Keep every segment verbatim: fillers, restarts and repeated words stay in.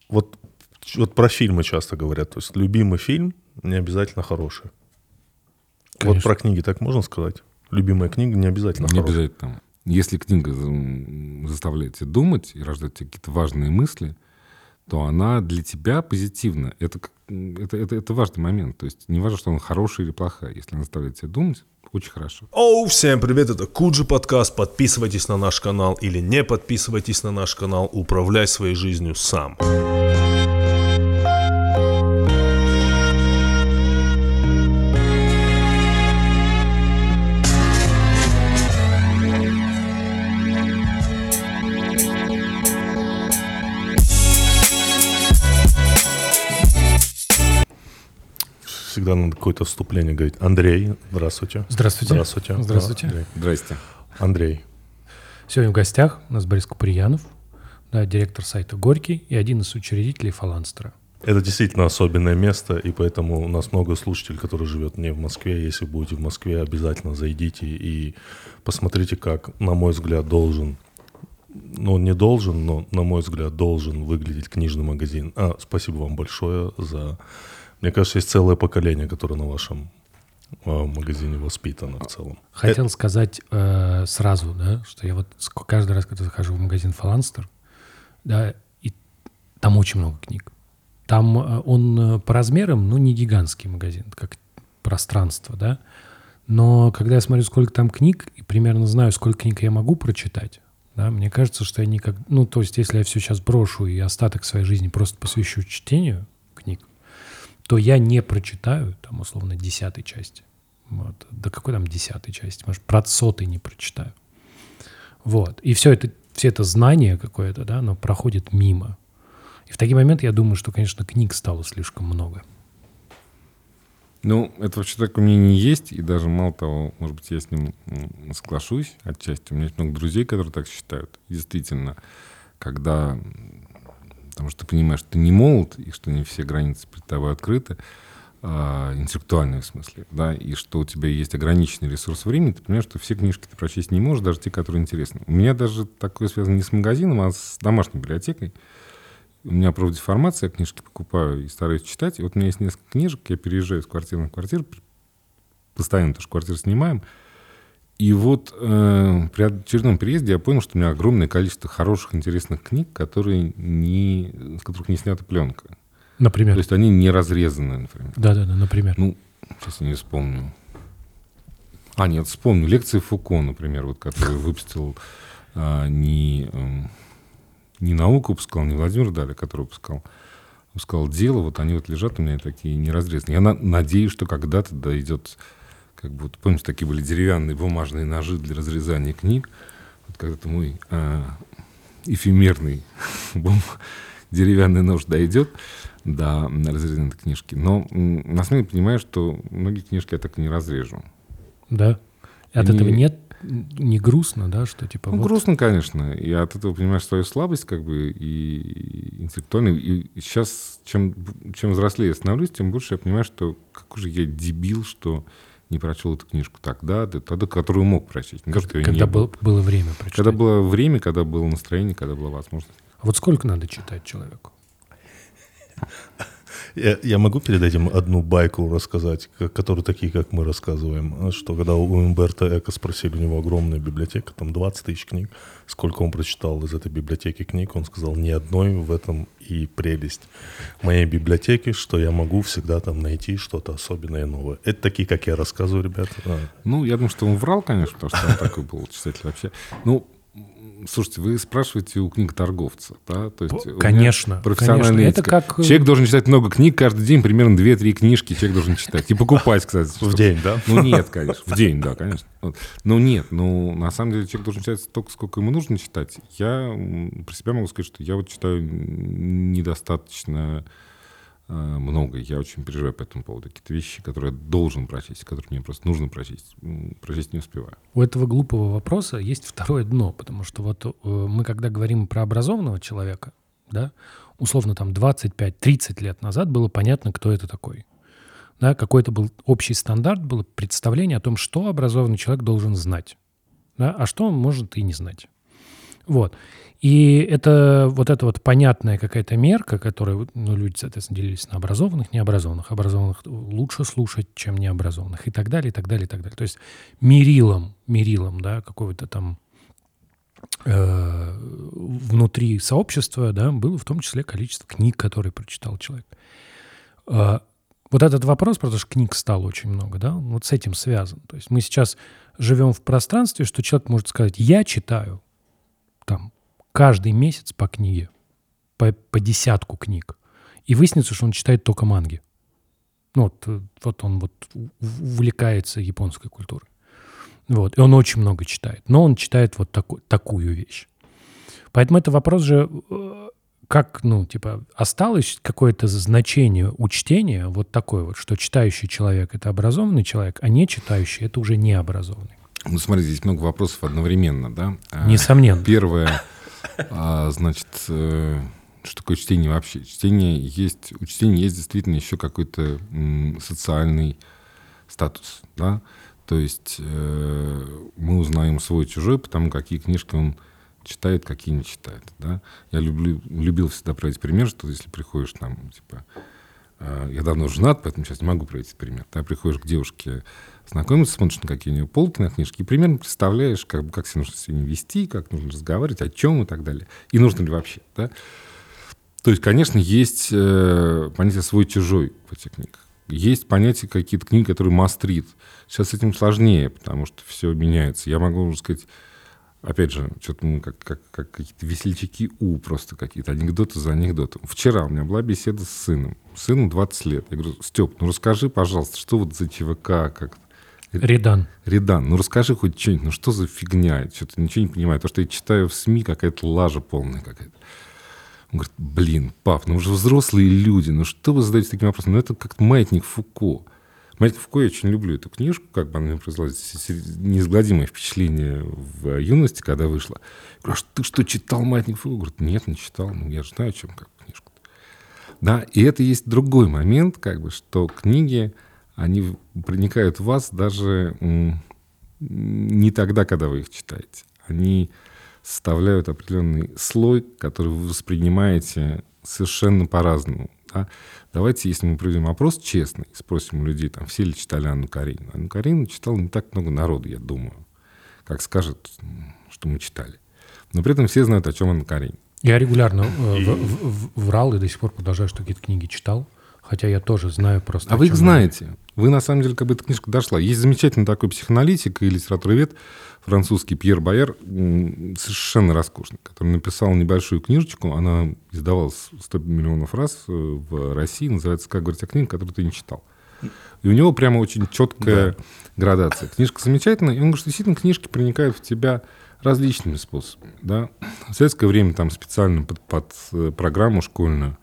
Вот, вот про фильмы часто говорят. То есть любимый фильм не обязательно хороший. Конечно. Вот про книги так можно сказать? Любимая книга не обязательно не хорошая. Обязательно. Если книга заставляет тебя думать и рождает тебе какие-то важные мысли, то она для тебя позитивна. Это, это, это, это важный момент. То есть не важно, что она хорошая или плохая. Если она заставляет тебя думать, очень хорошо. Оу, всем привет, это Куджи подкаст. Подписывайтесь на наш канал или не подписывайтесь на наш канал. Управляй своей жизнью сам. Всегда надо какое-то вступление говорить. Андрей, здравствуйте. Здравствуйте. Здравствуйте. Здравствуйте. Андрей. Здрасте. Андрей. Сегодня в гостях у нас Борис Куприянов, да, директор сайта «Горький» и один из учредителей «Фаланстера». Это действительно особенное место, и поэтому у нас много слушателей, которые живут не в Москве. Если вы будете в Москве, обязательно зайдите и посмотрите, как, на мой взгляд, должен, ну, не должен, но, на мой взгляд, должен выглядеть книжный магазин. А, спасибо вам большое за... Мне кажется, есть целое поколение, которое на вашем э, магазине воспитано в целом. Хотел Это... сказать э, сразу, да, что я вот каждый раз, когда захожу в магазин «Фаланстер», да, и там очень много книг. Там э, он по размерам, ну, не гигантский магазин, как пространство, да, но когда я смотрю, сколько там книг, и примерно знаю, сколько книг я могу прочитать, да, мне кажется, что я никак... Ну, то есть, если я все сейчас брошу и остаток своей жизни просто посвящу чтению книг, то я не прочитаю, там, условно, десятой части. Вот. Да какой там десятой части? Может, про сотой не прочитаю. Вот. И все это, все это знание какое-то, да, оно проходит мимо. И в такие моменты я думаю, что, конечно, книг стало слишком много. Ну, это вообще такое мнение есть, и даже, мало того, может быть, я с ним соглашусь отчасти. У меня есть много друзей, которые так считают. Действительно, когда... Потому что ты понимаешь, что ты не молод, и что не все границы перед тобой открыты, э, интеллектуальные в смысле, да, и что у тебя есть ограниченный ресурс времени, ты понимаешь, что все книжки ты прочесть не можешь, даже те, которые интересны. У меня даже такое связано не с магазином, а с домашней библиотекой. У меня профдеформация, я книжки покупаю и стараюсь читать. И вот у меня есть несколько книжек, я переезжаю с квартиры на квартиру, постоянно тоже квартиру снимаем. И вот э, при очередном переезде я понял, что у меня огромное количество хороших, интересных книг, которые не, с которых не снята пленка. Например? То есть они не разрезаны, например. Да-да-да, например. Ну, сейчас я не вспомню. А, нет, вспомню. Лекции Фуко, например, вот, который выпустил а, не, а, не науку выпускал, не Владимир Даля, который выпускал, выпускал дело. Вот они вот лежат у меня такие не разрезанные. Я на, надеюсь, что когда-то дойдет... Как бы, вот, помните, такие были деревянные бумажные ножи для разрезания книг. Вот когда-то мой э, эфемерный деревянный нож дойдет до разрезания этой книжки. Но м, на самом деле понимаю, что многие книжки я так и не разрежу. Да. И от Они... этого нет, не грустно, да, что типа... Ну, вот... грустно, конечно. И от этого понимаешь свою слабость, как бы, и интеллектуальную. И сейчас, чем, чем взрослее я становлюсь, тем больше я понимаю, что какой же я дебил, что... не прочел эту книжку тогда, тогда, которую мог прочесть. Не Как, то, что когда не был, было время прочитать. Когда было время, когда было настроение, когда была возможность. А вот сколько надо читать человеку? Я, я могу перед этим одну байку рассказать, которую такие, как мы, рассказываем, что когда у Умберто Эко спросили, у него огромная библиотека, там двадцать тысяч книг, сколько он прочитал из этой библиотеки книг, он сказал, ни одной в этом и прелесть моей библиотеки, что я могу всегда там найти что-то особенное и новое. Это такие, как я рассказываю, ребята. А. Ну, я думаю, что он врал, конечно, потому что он такой был читатель вообще. Ну, слушайте, вы спрашиваете у книготорговца, да? То есть конечно, профессиональный конечно. Это как... Человек должен читать много книг каждый день, примерно две-три книжки человек должен читать. И покупать, кстати. В день, да? Ну, нет, конечно. В день, да, конечно. Ну, нет, ну, на самом деле человек должен читать столько, сколько ему нужно читать. Я про себя могу сказать, что я вот читаю недостаточно много. Я очень переживаю по этому поводу. Какие-то вещи, которые я должен прочесть, которые мне просто нужно прочесть. Прочесть не успеваю. У этого глупого вопроса есть второе дно, потому что вот э, мы, когда говорим про образованного человека, да, условно там двадцать пять тридцать лет назад было понятно, кто это такой. Да, какой-то был общий стандарт, было представление о том, что образованный человек должен знать, да, а что он может и не знать. Вот. И это вот эта вот понятная какая-то мерка, которой, ну, люди, соответственно, делились на образованных, необразованных. Образованных лучше слушать, чем необразованных. И так далее, и так далее, и так далее. То есть мерилом, мерилом, да, какого-то там э, внутри сообщества, да, было в том числе количество книг, которые прочитал человек. Э, вот этот вопрос, потому что книг стало очень много, да, вот с этим связан. То есть мы сейчас живем в пространстве, что человек может сказать: я читаю там каждый месяц по книге, по, по десятку книг. И выяснится, что он читает только манги. Ну, вот, вот он вот увлекается японской культурой. Вот. И он очень много читает. Но он читает вот таку, такую вещь. Поэтому это вопрос же, как, ну, типа, осталось какое-то значение у чтения вот такое вот, что читающий человек — это образованный человек, а не читающий — это уже необразованный. Ну, смотри, здесь много вопросов одновременно, да? Несомненно. Первое, значит, что такое чтение вообще? Чтение есть, у чтения есть действительно еще какой-то социальный статус, да? То есть мы узнаем свой-чужой, потому какие книжки он читает, какие не читает, да? Я люблю, любил всегда приводить пример, что если приходишь там, типа, я давно женат, поэтому сейчас не могу приводить пример, да, приходишь к девушке знакомиться, смотришь на какие у нее полки на книжки, и примерно представляешь, как, бы, как себя нужно с ними вести, как нужно разговаривать, о чем и так далее. И нужно ли вообще, да? То есть, конечно, есть э, понятие свой-чужой в этих книгах. Есть понятие какие-то книги, которые мастрит. Сейчас с этим сложнее, потому что все меняется. Я могу сказать, опять же, что-то мы как, как, как какие-то весельчаки у, просто какие-то анекдоты за анекдотом. Вчера у меня была беседа с сыном. Сыну двадцать лет. Я говорю: Степ, ну расскажи, пожалуйста, что вот за ЧВК, как Редан. Редан, ну расскажи хоть что-нибудь, ну что за фигня, что-то ничего не понимаю. То, что я читаю в СМИ, какая-то лажа полная какая-то. Он говорит: блин, пап, ну вы же взрослые люди, ну что вы задаете таким вопросом? Ну это как «Маятник Фуко». «Маятник Фуко» я очень люблю эту книжку, как бы она мне произвела неизгладимое впечатление в юности, когда вышла. Я говорю: а ты что, читал «Маятник Фуко»? Говорит: нет, не читал, ну я же знаю, о чем как книжка. Да, и это есть другой момент, как бы, что книги, они проникают в вас даже м, не тогда, когда вы их читаете. Они составляют определенный слой, который вы воспринимаете совершенно по-разному. Да? Давайте, если мы проведем опрос честно и спросим у людей, там, все ли читали Анну Каренину. Анну Каренину читало не так много народу, я думаю, как скажет, что мы читали. Но при этом все знают, о чем Анна Каренина. Я регулярно э, в, в, врал и до сих пор продолжаю, что какие-то книги читал. Хотя я тоже знаю просто... А вы их знаете. Вы, на самом деле, как бы эта книжка дошла. Есть замечательный такой психоаналитик и литературовед французский Пьер Байер, совершенно роскошный, который написал небольшую книжечку. Она издавалась сто миллионов раз в России. Называется «Как говорить о книге, которую ты не читал». И у него прямо очень четкая да. градация. Книжка замечательная. И он говорит, что действительно книжки проникают в тебя различными способами. Да? В советское время там специально под, под программу школьную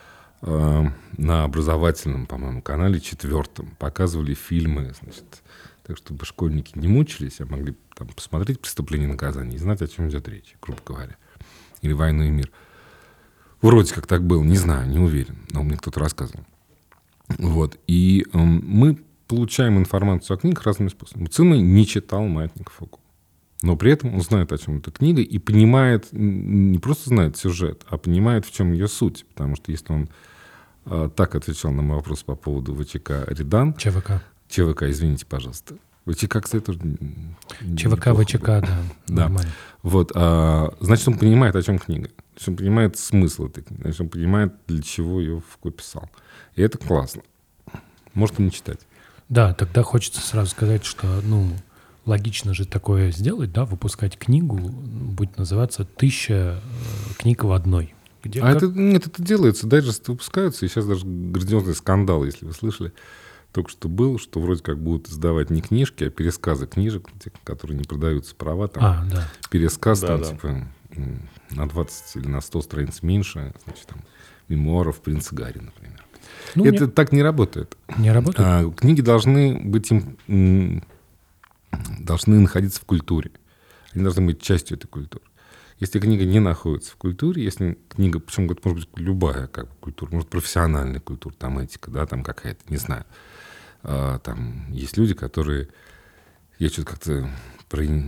на образовательном, по-моему, канале четвертом показывали фильмы, значит, так, чтобы школьники не мучились, а могли там посмотреть «Преступление и наказание» и знать, о чем идет речь, грубо говоря. Или «Войну и мир». Вроде как так было, не знаю, не уверен, но мне кто-то рассказывал. Вот. И э, мы получаем информацию о книгах разными способами. Сын мой не читал «Маятник Фуко», но при этом он знает, о чем эта книга, и понимает, не просто знает сюжет, а понимает, в чем ее суть. Потому что если он э, так отвечал на мой вопрос по поводу ВЧК «Редан». ЧВК. ЧВК, извините, пожалуйста. ВЧК, кстати, тоже... ЧВК, ВЧК, да, да. Нормально. Вот, а, значит, он понимает, о чем книга. Значит, он понимает смысл этой книги. Значит, он понимает, для чего ее Фуко писал. И это классно. Может и не читать. Да, тогда хочется сразу сказать, что, ну, логично же такое сделать, да, выпускать книгу, будет называться «Тысяча книг в одной». Где а как... это, нет, это делается, дайджесты выпускаются, и сейчас даже грандиозный скандал, если вы слышали, только что был, что вроде как будут издавать не книжки, а пересказы книжек, которые не продаются права, там, а, да. пересказ, да, там, да. типа, на двадцать или на сто страниц меньше, значит, там, мемуаров принца Гарри, например. Ну, это не... так не работает. Не работает? А, книги должны быть им, м, должны находиться в культуре. Они должны быть частью этой культуры. Если книга не находится в культуре, если книга, причем это может быть любая как бы, культура, может профессиональная культура, там этика, да, там какая-то, не знаю. А, там есть люди, которые... Я что-то как-то про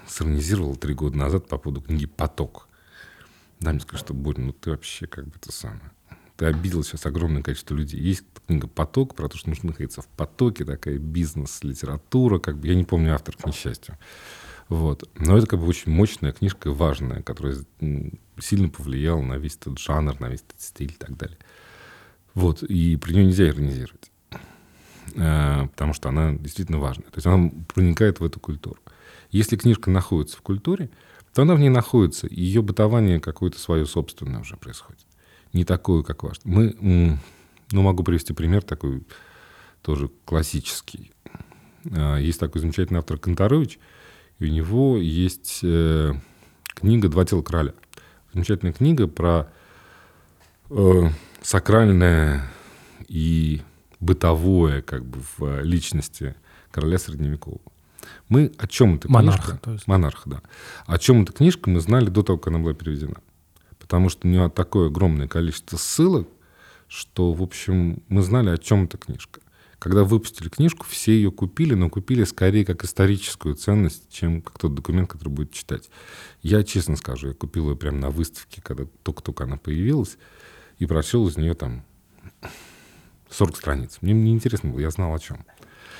сиронизировал три года назад по поводу книги «Поток». Да, мне сказали, что, Боря, ну ты вообще как бы это самое... Ты обидел сейчас огромное количество людей. Есть книга «Поток» про то, что нужно находиться в потоке, такая бизнес-литература, как бы, я не помню автор, к несчастью. Вот. Но это как бы очень мощная книжка, важная, которая сильно повлияла на весь этот жанр, на весь этот стиль и так далее. Вот. И про нее нельзя иронизировать, потому что она действительно важная. То есть она проникает в эту культуру. Если книжка находится в культуре, то она в ней находится, и ее бытование какое-то свое собственное уже происходит. Не такое, как ваш. Мы, ну, могу привести пример такой, тоже классический. Есть такой замечательный автор Канторович, и у него есть э, книга «Два тела короля». Замечательная книга про э, сакральное и бытовое как бы в личности короля Средневекового. Мы о чем эта книжка? Монарха, то есть. Монарх, да. О чем эта книжка мы знали до того, как она была переведена. Потому что у нее такое огромное количество ссылок, что, в общем, мы знали, о чем эта книжка. Когда выпустили книжку, все ее купили, но купили скорее как историческую ценность, чем как тот документ, который будет читать. Я честно скажу, я купил ее прямо на выставке, когда только-только она появилась, и прочел из нее там сорок страниц. Мне не интересно было, я знал о чем.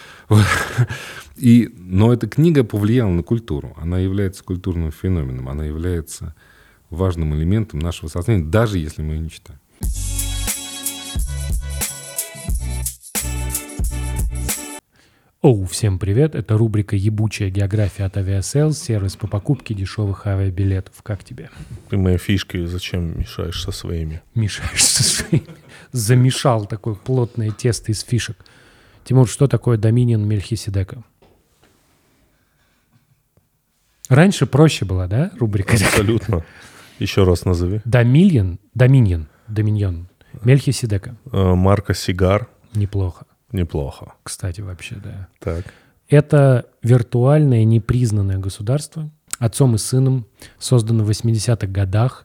И, но эта книга повлияла на культуру. Она является культурным феноменом, она является важным элементом нашего сознания, даже если мы ее не читаем. Оу, всем привет! Это рубрика «Ебучая география» от Aviasales, сервис по покупке дешевых авиабилетов. Как тебе? Ты мои фишки зачем мешаешь со своими? Мешаешь со своими. Замешал такое плотное тесто из фишек. Тимур, что такое доминион Мельхиседека? Раньше проще была, да, рубрика? Абсолютно. Еще раз назови. Доминион, доминион, доминион Мельхиседека. Марка сигар. Неплохо. Неплохо. Кстати, вообще, да. Так. Это виртуальное непризнанное государство, отцом и сыном, создано в восьмидесятых годах.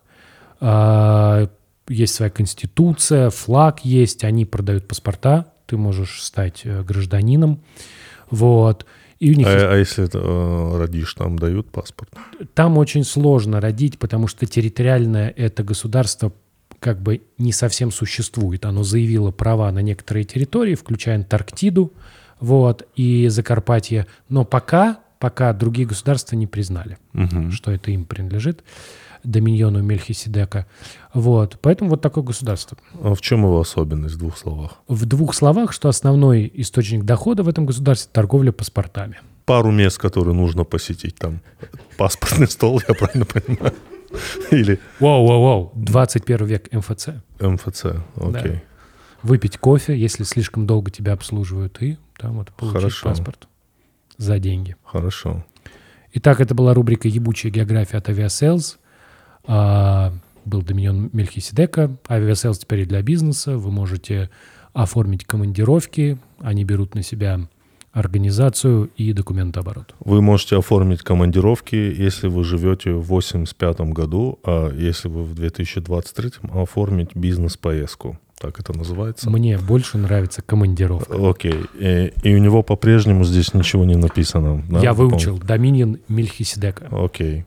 Есть своя конституция, флаг есть, они продают паспорта, ты можешь стать гражданином. Вот. И у них а, есть... а если это, э, родишь, там дают паспорт? Там очень сложно родить, потому что территориально это государство как бы не совсем существует. Оно заявило права на некоторые территории, включая Антарктиду, вот, и Закарпатье. Но пока, пока другие государства не признали, Угу. что это им принадлежит, доминиону Мельхиседека. Вот. Поэтому вот такое государство. А в чем его особенность в двух словах? В двух словах, что основной источник дохода в этом государстве – торговля паспортами. Пару мест, которые нужно посетить. Там паспортный стол, я правильно понимаю? Или Воу-воу-воу, двадцать первый век эм эф цэ. эм эф цэ, окей. Да. Выпить кофе, если слишком долго тебя обслуживают, и там вот получить Хорошо. паспорт за деньги. Хорошо. Итак, это была рубрика «Ебучая география» от Aviasales. А, был доминион Мельхиседека. Aviasales теперь и для бизнеса. Вы можете оформить командировки. Они берут на себя организацию и документооборот. Вы можете оформить командировки, если вы живете в восемьдесят пятом году, а если вы в две тысячи двадцать третьем, оформить бизнес-поездку. Так это называется? Мне больше нравится командировка. Окей. И, и у него по-прежнему здесь ничего не написано. Да? Я выучил доминион Мельхиседека. Окей.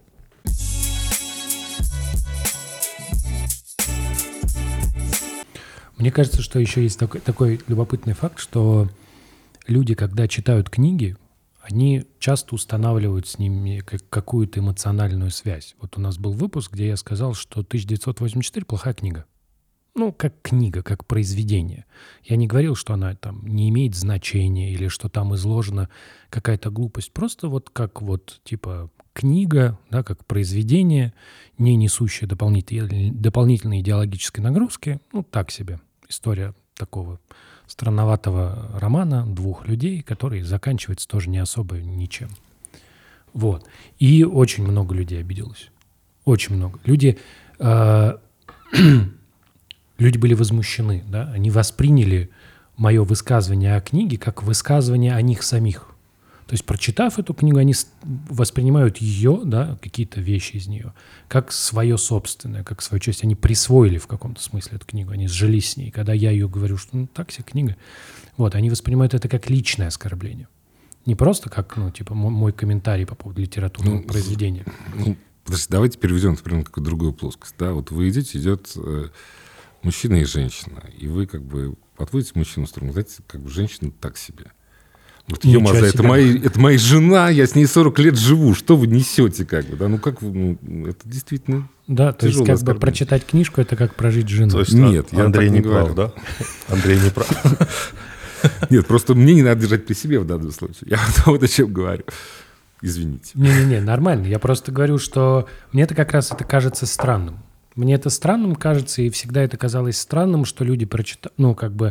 Мне кажется, что еще есть такой, такой любопытный факт, что люди, когда читают книги, они часто устанавливают с ними как, какую-то эмоциональную связь. Вот у нас был выпуск, где я сказал, что тысяча девятьсот восемьдесят четыре плохая книга. Ну, как книга, как произведение. Я не говорил, что она там не имеет значения или что там изложена какая-то глупость. Просто вот как вот типа книга, да, как произведение, не несущее дополнительной, дополнительной идеологической нагрузки. Ну, так себе. История такого странноватого романа двух людей, который заканчивается тоже не особо ничем. Вот. И очень много людей обиделось. Очень много. Люди, э, люди были возмущены. Да? Они восприняли мое высказывание о книге как высказывание о них самих. То есть, прочитав эту книгу, они воспринимают ее, да, какие-то вещи из нее, как свое собственное, как свою часть. Они присвоили в каком-то смысле эту книгу, они сжились с ней. Когда я ее говорю, что ну так себе книга, вот, они воспринимают это как личное оскорбление. Не просто как, ну, типа, мой, мой комментарий по поводу литературного Ну, произведения. Ну, подожди, давайте переведем, например, на какую-то другую плоскость. Да, вот вы идете, идет э, мужчина и женщина, и вы как бы отводите мужчину в сторону, знаете, как бы женщина так себе. Вот, Ничего ё-моё, это, себе. мои, это моя жена, я с ней сорок лет живу, что вы несете, как бы, да? Ну, как вы, ну, это действительно... Да, то есть Тяжелое как бы оскорбление. прочитать книжку — это как прожить жену. То есть Нет, А- я Андрей так не не прав, говорю. да? Андрей не прав. Нет, просто мне не надо держать при себе в данном случае. Я вот о чем говорю. Извините. Не-не-не, нормально. Я просто говорю, что мне это как раз это кажется странным. Мне это странным кажется, и всегда это казалось странным, что люди прочитают, ну, как бы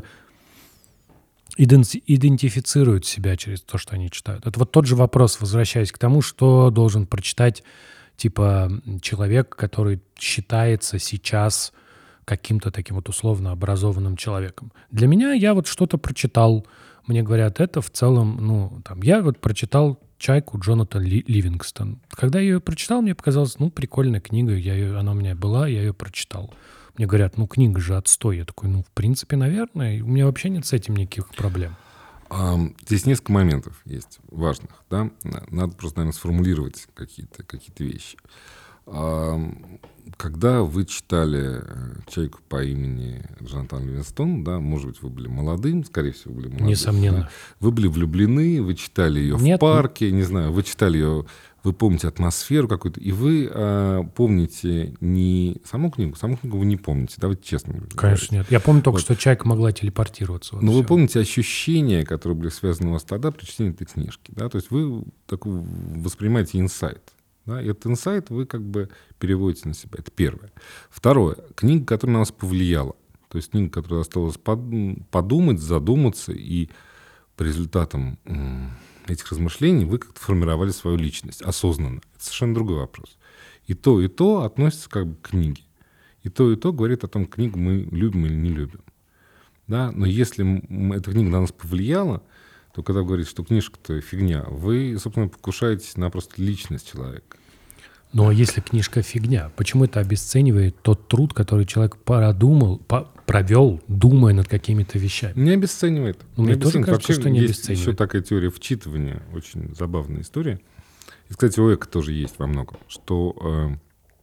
иденти- идентифицируют себя через то, что они читают. Это вот тот же вопрос, возвращаясь к тому, что должен прочитать, типа, человек, который считается сейчас каким-то таким вот условно образованным человеком. Для меня я вот что-то прочитал, мне говорят, это в целом, ну, там, я вот прочитал «Чайку» Джонатан Ли- Ливингстон. Когда я ее прочитал, мне показалось, ну, прикольная книга, я ее, она у меня была, я ее прочитал. Мне говорят, ну, книга же отстой. Я такой, ну, в принципе, наверное, у меня вообще нет с этим никаких проблем. А, здесь несколько моментов есть важных, да. Надо просто, наверное, сформулировать какие-то, какие-то вещи. А, когда вы читали «Чайку» по имени Джонатан Ливингстон, да, может быть, вы были молодым, скорее всего, вы были молодым. Несомненно. Да? Вы были влюблены, вы читали ее Нет, в парке, не знаю, вы читали ее, вы помните атмосферу какую-то, и вы а, помните не саму книгу, саму книгу вы не помните, давайте честно говорить. Конечно, нет. Я помню только, Вот. что «Чайка» могла телепортироваться. Вот Но вы всё. помните ощущения, которые были связаны у вас тогда при чтении этой книжки, да? То есть вы такой воспринимаете инсайт. Да? И этот инсайт вы как бы переводите на себя. Это первое. Второе. Книга, которая на вас повлияла. То есть книга, которая осталась под- подумать, задуматься, и по результатам м, этих размышлений вы как-то формировали свою личность осознанно. Это совершенно другой вопрос. И то, и то относится как бы к книге. И то, и то говорит о том, книгу мы любим или не любим. Да? Но если м, эта книга на нас повлияла, то когда вы говорите, что книжка-то фигня, вы, собственно, покушаетесь на просто личность человека. Но если книжка фигня, почему это обесценивает тот труд, который человек продумал, по- провел, думая над какими-то вещами? Не обесценивает. Ну, Не мне тоже обесценивает. кажется, Вообще что не есть обесценивает. еще такая теория вчитывания, очень забавная история. И, кстати, у Эко тоже есть во многом, что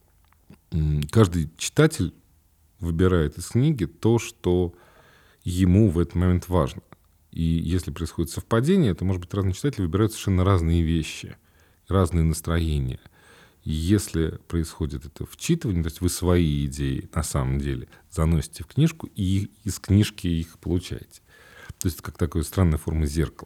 э, м, каждый читатель выбирает из книги то, что ему в этот момент важно. И если происходит совпадение, то, может быть, разные читатели выбирают совершенно разные вещи, разные настроения. И если происходит это вчитывание, то есть вы свои идеи на самом деле заносите в книжку и из книжки их получаете. То есть это как такая странная форма зеркала.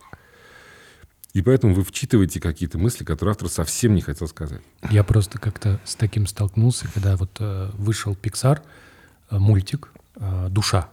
И поэтому вы вчитываете какие-то мысли, которые автор совсем не хотел сказать. Я просто как-то с таким столкнулся, когда вот э, вышел Pixar, э, мультик э, «Душа».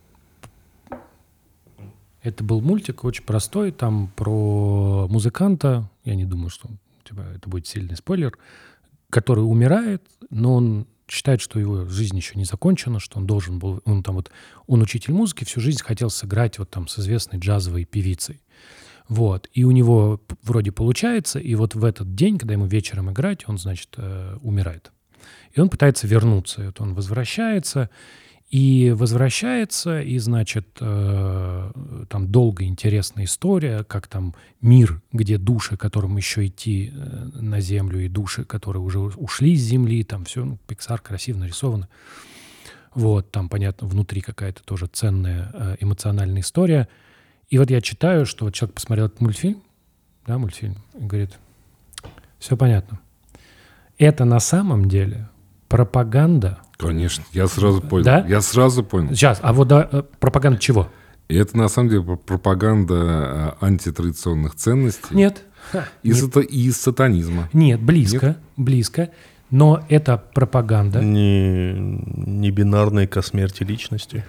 Это был мультик очень простой, там про музыканта, я не думаю, что типа, это будет сильный спойлер, который умирает, но он считает, что его жизнь еще не закончена, что он должен был, он там вот, он учитель музыки, всю жизнь хотел сыграть вот там с известной джазовой певицей. Вот, и у него п- вроде получается, и вот в этот день, когда ему вечером играть, он, значит, э, умирает. И он пытается вернуться, и вот он возвращается, и возвращается, и, значит, э, там долгая интересная история, как там мир, где души, которым еще идти э, на землю, и души, которые уже ушли с земли, там все, ну, Pixar красиво нарисовано. Вот, там, понятно, внутри какая-то тоже ценная э, эмоциональная история. И вот я читаю, что вот человек посмотрел этот мультфильм, да, мультфильм, и говорит, все понятно. Это на самом деле пропаганда. Конечно, я сразу понял. Да? Я сразу понял. Сейчас, а вот да, э, пропаганда чего? И это на самом деле пропаганда э, антитрадиционных ценностей Нет. и, Нет. сата- и сатанизма. Нет, близко, близко. Но это пропаганда. Не, не бинарные ко смерти личности.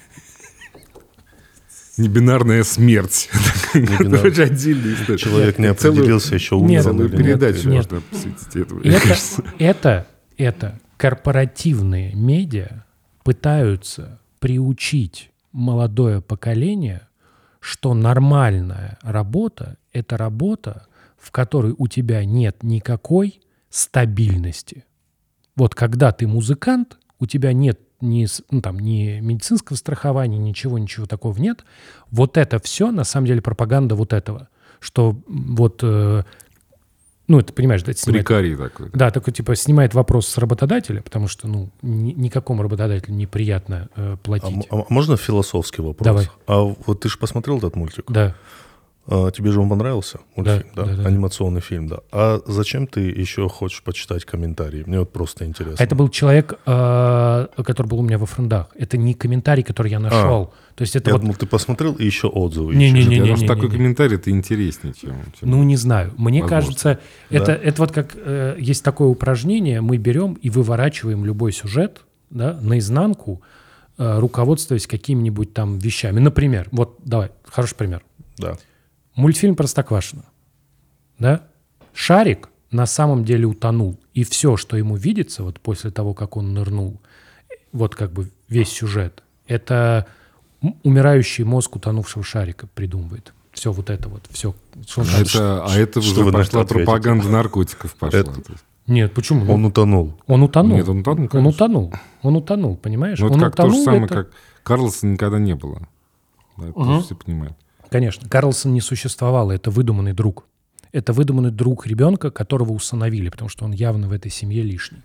Небинарная смерть. Это Небинар- очень отдельная история. Человек не Целую- определился, еще умер Нет, он Целую или нет. передачу Нет. можно посвятить этому. Это, это, это корпоративные медиа пытаются приучить молодое поколение, что нормальная работа – это работа, в которой у тебя нет никакой стабильности. Вот когда ты музыкант, у тебя нет ни, с- ну, там, ни медицинского страхования, ничего, ничего такого нет. Вот это все, на самом деле, пропаганда вот этого. что вот, э, ну, это, понимаешь, да, это снимает, Прикарий такой. да, такой, типа, снимает вопрос с работодателя, потому что, ну, ни- никакому работодателю неприятно э, А, платить. м- а можно философский вопрос? Давай. А вот ты же посмотрел этот мультик? Да. А, тебе же он понравился? Мультфильм, Да, да? да, да. Анимационный фильм, да. А зачем ты еще хочешь почитать комментарии? Мне вот просто интересно. Это был человек, э, который был у меня во френдах. Это не комментарий, который я нашел. То есть это Я вот... думал, ты посмотрел и еще отзывы. Не-не-не. ищешь. Я думаю, что Не-не-не-не-не. такой комментарий это интереснее, чем... чем- Ну, не знаю. Мне Возможно. кажется, Да. это, это вот как э, есть такое упражнение, мы берем и выворачиваем любой сюжет, да, наизнанку, э, руководствуясь какими-нибудь там вещами. Например, вот давай, хороший пример. Да. Мультфильм «Простоквашино». Да? Шарик на самом деле утонул. И все, что ему видится вот после того, как он нырнул, вот как бы весь сюжет, это м- умирающий мозг утонувшего шарика придумывает. Все вот это вот, все. А это, а это что уже вы на пошла это ответите? пропаганда наркотиков пошла. Это- То есть, Нет, почему? Он утонул. Он утонул. Нет, он утонул, Он конечно. утонул. Он утонул, понимаешь? ну, он это как то же утонул, самое, это- как Карлсона никогда не было. Да, это Мгм. тоже все понимают. Конечно, Карлсон не существовал, это выдуманный друг. Это выдуманный друг ребенка, которого усыновили, потому что он явно в этой семье лишний.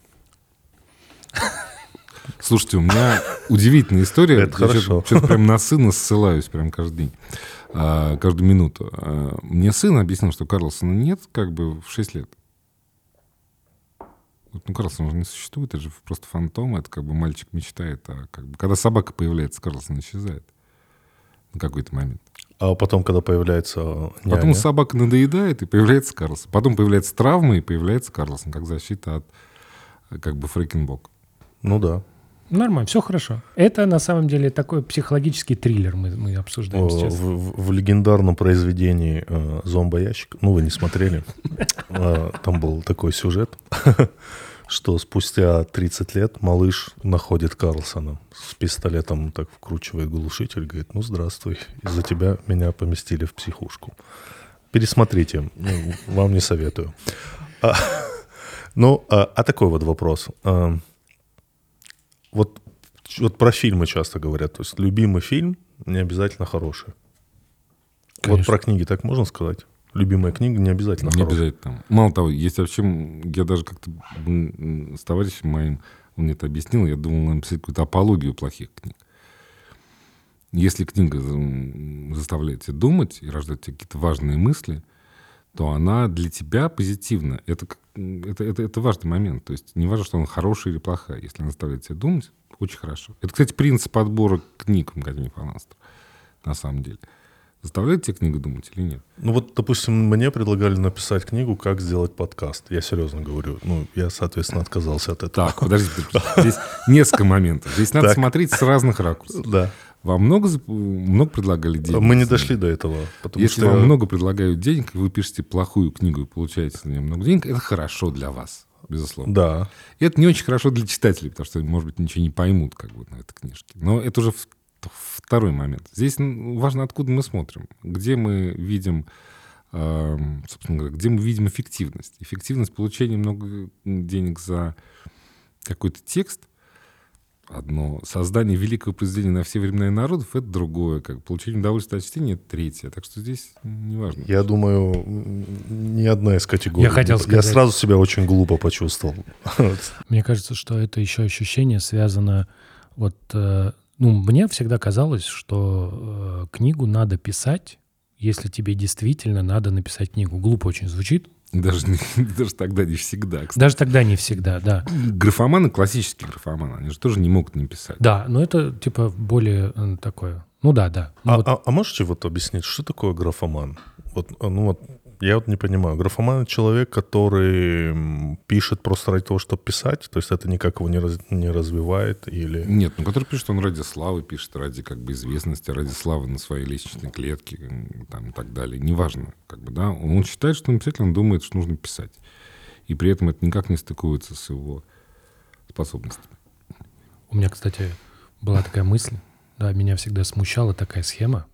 Слушайте, у меня удивительная история. Это хорошо. Что-то прям на сына ссылаюсь прям каждый день, а, каждую минуту. А, Мне сын объяснил, что Карлсона нет как бы в шесть лет. Вот, ну, Карлсон уже не существует, это же просто фантом, это как бы мальчик мечтает. А как бы, когда собака появляется, Карлсон исчезает на какой-то момент. А потом, когда появляется няня, Потом собака надоедает, и появляется Карлсон. Потом появляется травма, и появляется Карлсон, как защита от как бы фрейкенбок. ну да. Нормально, все хорошо. Это на самом деле такой психологический триллер мы, мы обсуждаем О, сейчас. В, в- в легендарном произведении э, «Зомбоящик», ну, вы не смотрели, э, там был такой сюжет, что спустя тридцать лет малыш находит Карлсона с пистолетом, так вкручивает глушитель, говорит: ну, здравствуй, из-за тебя меня поместили в психушку. Пересмотрите, ну, вам не советую. А, ну, а, а такой вот вопрос. А, Вот, вот про фильмы часто говорят. То есть любимый фильм не обязательно хороший. Вот Конечно. про книги так можно сказать? Любимая книга не обязательно Не хорошая. обязательно. Там. Мало того, есть вообще... Я даже как-то м, с товарищем моим, он мне это объяснил, я думал написать какую-то апологию плохих книг. Если книга м, заставляет тебя думать и рождает тебе какие-то важные мысли, то она для тебя позитивна. Это, как- это, это, это важный момент. То есть не важно, что она хорошая или плохая. Если она заставляет тебя думать, очень хорошо. Это, кстати, принцип отбора книг в магазине «Фаланстер», на самом деле. Заставляет тебя книгу думать или нет? Ну вот, допустим, мне предлагали написать книгу «Как сделать подкаст». Я серьезно говорю. Ну, я, соответственно, отказался от этого. Так, подождите. подождите. Здесь несколько моментов. Здесь надо Так. смотреть с разных ракурсов. Да. Вам много, зап- много предлагали денег? Мы не дошли до этого. Потому Если что вам много предлагают денег, и вы пишете плохую книгу и получаете на нее много денег, это хорошо для вас, безусловно. Да. И это не очень хорошо для читателей, потому что, может быть, ничего не поймут как бы, на этой книжке. Но это уже в- второй момент. Здесь ну, важно, откуда мы смотрим. Где мы видим, эм, собственно говоря, где мы видим эффективность. Эффективность получения много денег за какой-то текст — одно. Создание великого произведения на все времена и народов — это другое. Как получение удовольствия от чтения — это третье. Так что здесь не важно. Я думаю, м, ни одна из категорий. Я хотел Я сказать- сразу себя очень глупо почувствовал. Мне кажется, что это еще ощущение связано... Вот, э, ну, мне всегда казалось, что э, книгу надо писать, если тебе действительно надо написать книгу. Глупо очень звучит. Даже, не- даже тогда не всегда. Кстати, Даже тогда не всегда, да. графоманы, классические графоманы, они же тоже не могут не писать. Да, но это типа более э, такое... Ну да, да. Ну, А, вот а- а можете вот объяснить, что такое графоман? Вот, а, ну вот, я вот не понимаю. Графоман — это человек, который м, пишет просто ради того, чтобы писать? То есть это никак его не, раз- не развивает? Или... Нет, ну который пишет, он ради славы пишет, ради как бы известности, ради славы на своей лестничной клетке м, там, и так далее. Неважно. Как бы, да? Он считает, что он писатель, он думает, что нужно писать. И при этом это никак не стыкуется с его способностями. у меня, кстати, была такая мысль. Да, меня всегда смущала такая схема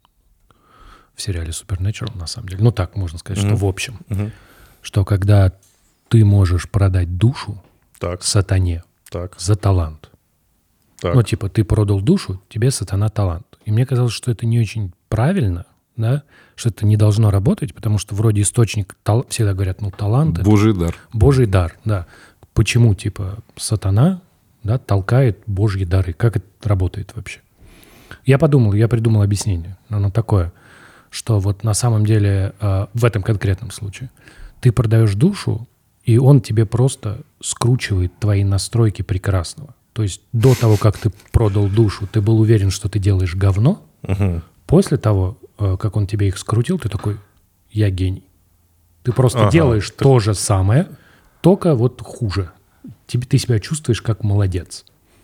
в сериале Supernatural, на самом деле. Ну так, можно сказать, что Мгм. в общем. Мгм. Что когда ты можешь продать душу Так, сатане так, за талант. так. Ну, типа, ты продал душу, тебе сатана талант. И мне казалось, что это не очень правильно, да, что это не должно работать, потому что вроде источник, тал- всегда говорят, ну, талант. Божий дар. Божий дар, да. Почему, типа, сатана, да, толкает Божьи дары? Как это работает вообще? Я подумал, я придумал объяснение. Оно такое, что вот на самом деле э, в этом конкретном случае ты продаешь душу, и он тебе просто скручивает твои настройки прекрасного. То есть до того, как ты продал душу, ты был уверен, что ты делаешь говно. Угу. После того, э, как он тебе их скрутил, ты такой, я гений. Ты просто Ага, делаешь так- то же самое, только вот хуже. Тебе, ты себя чувствуешь как молодец.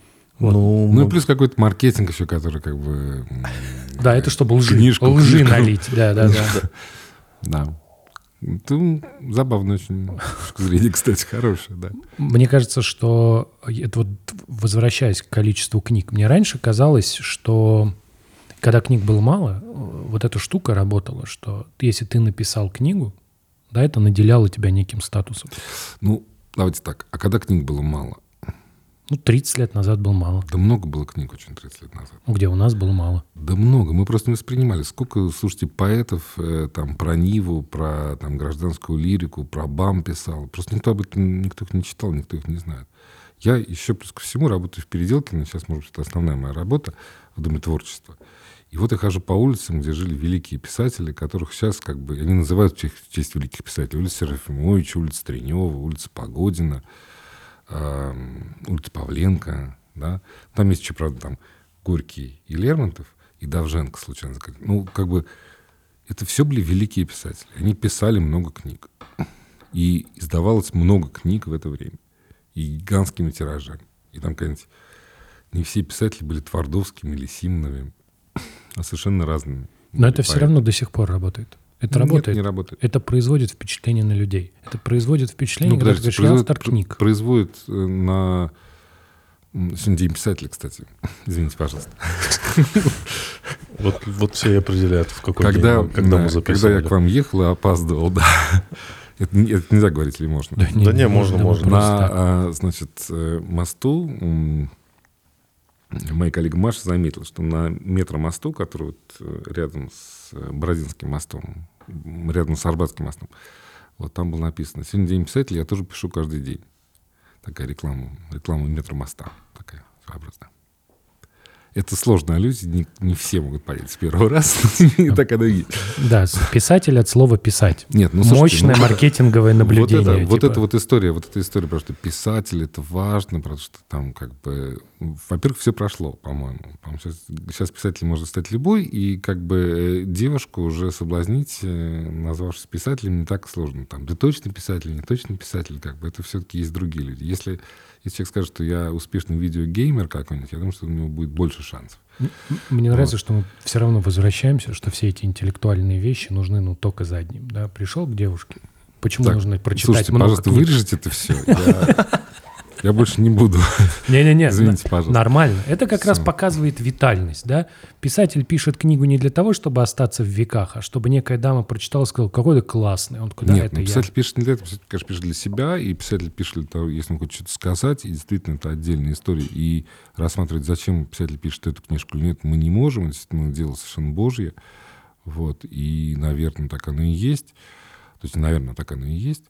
Ну, Ну и мы- плюс какой-то маркетинг еще, который как бы... м, Да, это чтобы лжи, Книжку, лжи книжку. налить. Да, да, да. Да. Это забавно очень. Точка зрения, кстати, хорошая, да. Мне кажется, что это вот возвращаясь к количеству книг, мне раньше казалось, что когда книг было мало, вот эта штука работала, что если ты написал книгу, да, это наделяло тебя неким статусом. Ну, давайте так. А когда книг было мало? Ну, тридцать лет назад было мало. Да много было книг очень тридцать лет назад. Ну, где у нас было мало. Да много. Мы просто не воспринимали. Сколько, слушайте, поэтов э, там про Ниву, про там, гражданскую лирику, про БАМ писал. Просто никто об этом никто их не читал, никто их не знает. Я еще плюс ко всему работаю в Переделкино. Сейчас, может быть, это основная моя работа в Доме творчества. И вот я хожу по улицам, где жили великие писатели, которых сейчас как бы... Они называют в честь, в честь великих писателей. Улица Серафимовича, улица Тренева, улица Погодина, э, улица Павленко. Да? Там есть еще, правда, там Горький и Лермонтов, и Довженко случайно сказать. Ну, как бы это все были великие писатели. Они писали много книг. И издавалось много книг в это время. И гигантскими тиражами. И там, конечно, не все писатели были Твардовскими или Симоновыми, а совершенно разными. Но это все Поэты. равно до сих пор работает. Это Нет, работает. не работает. Это производит впечатление на людей. Это производит впечатление, когда ты подождите, говоришь, я производит, автор книг. производит э, на... м, Сегодня день писателя, кстати. Извините, пожалуйста. Вот, вот все и определяют, в какой Когда, день, когда да, мы когда записывали. я к вам ехал и опаздывал, да. Это, не- это нельзя говорить или можно? Да, Да не, можно, можно. просто На, так. а, значит, э, мосту м, моя коллега Маша заметила, что на метромосту, который вот э, рядом с э, Бородинским мостом, м, рядом с Арбатским мостом, вот там было написано: «Сегодня день писателя, я тоже пишу каждый день». Такая реклама, реклама метромоста, такая своеобразная. Это сложная аллюзия, не, не все могут понять с первого раза. И так оно и есть. Да, с- писатель от слова «писать». Нет, ну, слушайте, Мощное ну, маркетинговое наблюдение. Вот, это, вот типа. эта вот история, вот эта история, потому что писатель — это важно, потому что там как бы... ну, во-первых, все прошло, по-моему. По-моему, сейчас, сейчас писатель может стать любой, и как бы э, девушку уже соблазнить, э, назвавшись писателем, не так сложно. Там, ты точно писатель, не точно писатель, как бы это все-таки есть другие люди. Если, если человек скажет, что я успешный видеогеймер какой-нибудь, я думаю, что у него будет больше шансов. М- Мне нравится, что мы все равно возвращаемся, что все эти интеллектуальные вещи нужны, ну, только за одним. Да? Пришел к девушке. Почему Так, нужно прочитать слушайте, много пожалуйста, книг? вырежите это все. Я, я больше не буду. Не-не-не, Извините, на- пожалуйста. нормально. Это как раз Всё. показывает витальность, да? Писатель пишет книгу не для того, чтобы остаться в веках, а чтобы некая дама прочитала и сказала, какой ты классный. Он такой, да, Нет, это ну, я. писатель пишет не для этого, писатель, конечно, пишет для себя, и писатель пишет для того, если он хочет что-то сказать, и действительно это отдельная история. И рассматривать, зачем писатель пишет эту книжку или нет, мы не можем, это действительно дело совершенно Божье. Вот, и, наверное, так оно и есть. То есть, наверное, так оно и есть.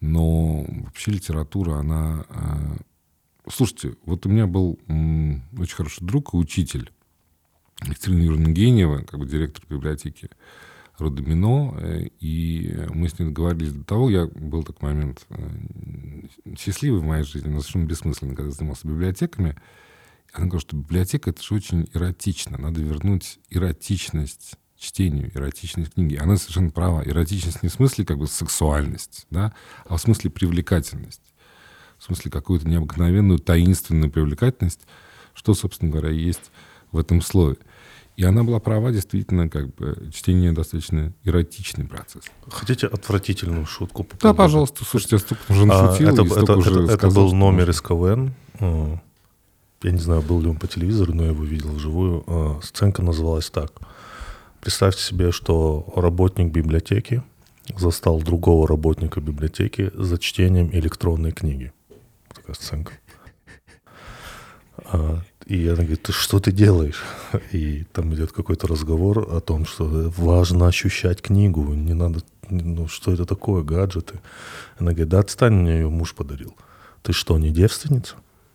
Но вообще литература, она... э, Слушайте, вот у меня был м, очень хороший друг и учитель Екатерина Юрьевна Гениева, как бы директор библиотеки Родомино, э, и мы с ней договорились до того, я был такой момент э, счастливый в моей жизни, но совершенно бессмысленно, когда занимался библиотеками. Она говорила, что библиотека — это же очень эротично, надо вернуть эротичность чтению, эротичность книги. Она совершенно права. Эротичность не в смысле как бы сексуальность, да, а в смысле привлекательность. В смысле какую-то необыкновенную таинственную привлекательность, что, собственно говоря, есть в этом слове. И она была права, действительно, как бы чтение достаточно эротичный процесс. Хотите отвратительную шутку? по Да, поводу- пожалуйста, слушайте, я столько уже А, нашутил, это, и столько это- уже это- это сказал, был что номер можно. из КВН. Э, Я не знаю, был ли он по телевизору, но я его видел вживую. Э, Сценка называлась так. Представьте себе, что работник библиотеки застал другого работника библиотеки за чтением электронной книги. Такая сценка. А, И она говорит, ты что ты делаешь? И там идет какой-то разговор о том, что важно ощущать книгу, не надо, ну что это такое, гаджеты. Она говорит, да отстань, мне ее муж подарил. Ты что, не девственница?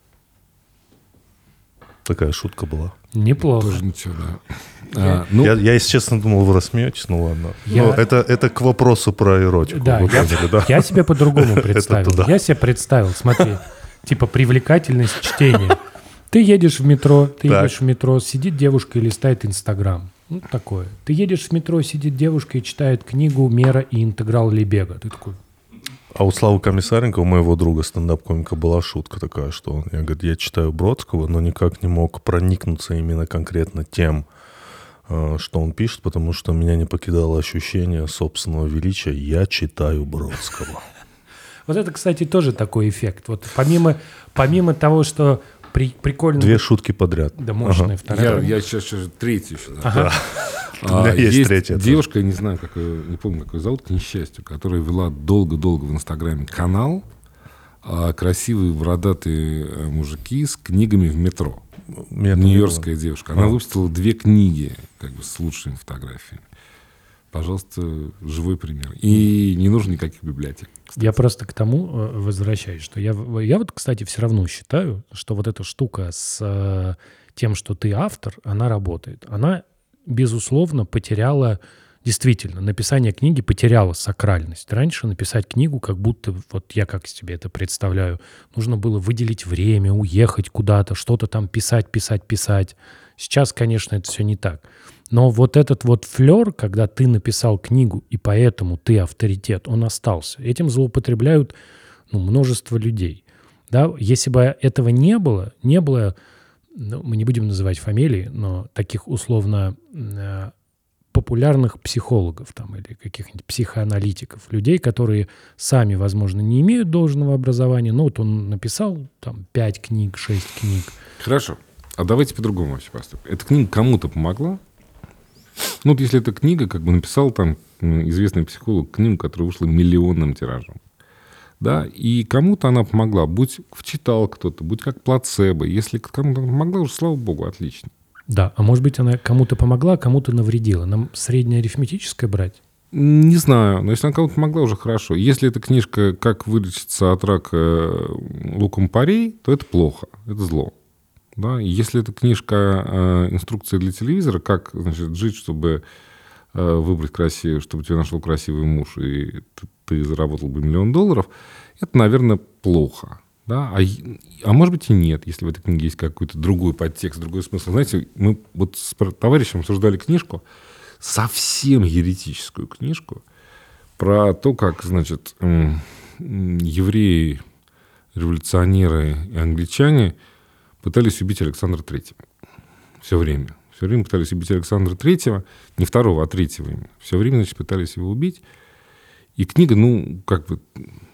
Такая шутка была. Неплохо. Тоже ничего, да. Я- А, ну, Я, я, если честно, думал, вы рассмеетесь, ну ладно. Я- Но это, это к вопросу про эротику. Да, вы я, поняли, да? я себе по-другому представил. туда. Я себе представил, смотри, типа привлекательность чтения. Ты едешь в метро, ты Так. едешь в метро, сидит девушка и листает Инстаграм. Ну, такое. Ты едешь в метро, сидит девушка и читает книгу «Мера и интеграл Лебега». Ты такой, А у Славы Комиссаренко, у моего друга стендап-комика, была шутка такая, что он, я, говорит, я читаю Бродского, но никак не мог проникнуться именно конкретно тем, э, что он пишет, потому что меня не покидало ощущение собственного величия. Я читаю Бродского. вот это, кстати, тоже такой эффект. Вот помимо, помимо того, что при, прикольно... Две шутки подряд. Да, мощная я, вторая. я сейчас, сейчас третью еще. Да. Ага. У меня есть третья тоже. девушка, я не знаю, как ее, не помню, как ее зовут, к несчастью, которая вела долго-долго в Инстаграме канал а, «Красивые бородатые э, мужики с книгами в метро». Меня там не Нью-Йоркская девушка. Она А. выпустила две книги как бы, с лучшими фотографиями. Пожалуйста, живой пример. И не нужно никаких библиотек. Я просто к тому э, возвращаюсь, что я, в- я вот, кстати, все равно считаю, что вот эта штука с э, тем, что ты автор, она работает. Она, безусловно, потеряла, действительно, написание книги потеряло сакральность. Раньше написать книгу, как будто, вот я как себе это представляю, нужно было выделить время, уехать куда-то, что-то там писать, писать, писать. Сейчас, конечно, это все не так. Но вот этот вот флер, когда ты написал книгу, и поэтому ты авторитет, он остался. Этим злоупотребляют ну, множество людей. Да? Если бы этого не было, не было, ну, мы не будем называть фамилии, но таких условно э, популярных психологов там, или каких-нибудь психоаналитиков, людей, которые сами, возможно, не имеют должного образования, но вот он написал там пять книг, шесть книг. Хорошо. А давайте по-другому вообще поступим. Эта книга кому-то помогла? Ну, вот если эта книга, как бы написал там м, известный психолог книгу, которая вышла миллионным тиражом, да, и кому-то она помогла, будь вчитал кто-то, будь как плацебо. Если кому-то она помогла, уже слава богу, отлично. Да, а может быть, она кому-то помогла, а кому-то навредила. Нам среднее арифметическое брать? Не знаю, но если она кому-то помогла, уже хорошо. Если эта книжка «Как вылечиться от рака э, луком парей», то это плохо, это зло. Да? И если эта книжка э, «Инструкция для телевизора», как, значит, жить, чтобы э, выбрать красивый, чтобы тебе нашел красивый муж, и ты, ты заработал бы миллион долларов, это, наверное, плохо. Да? А, и- а может быть и нет, если в этой книге есть какой-то другой подтекст, другой смысл. Знаете, мы вот с пр- товарищем обсуждали книжку, совсем еретическую книжку, про то, как, значит, м, м, евреи, революционеры и англичане пытались убить Александра Третьего. Все время. Все время пытались убить Александра Третьего. Не второго, а третьего именно. Все время, значит, пытались его убить. И книга, ну, как бы,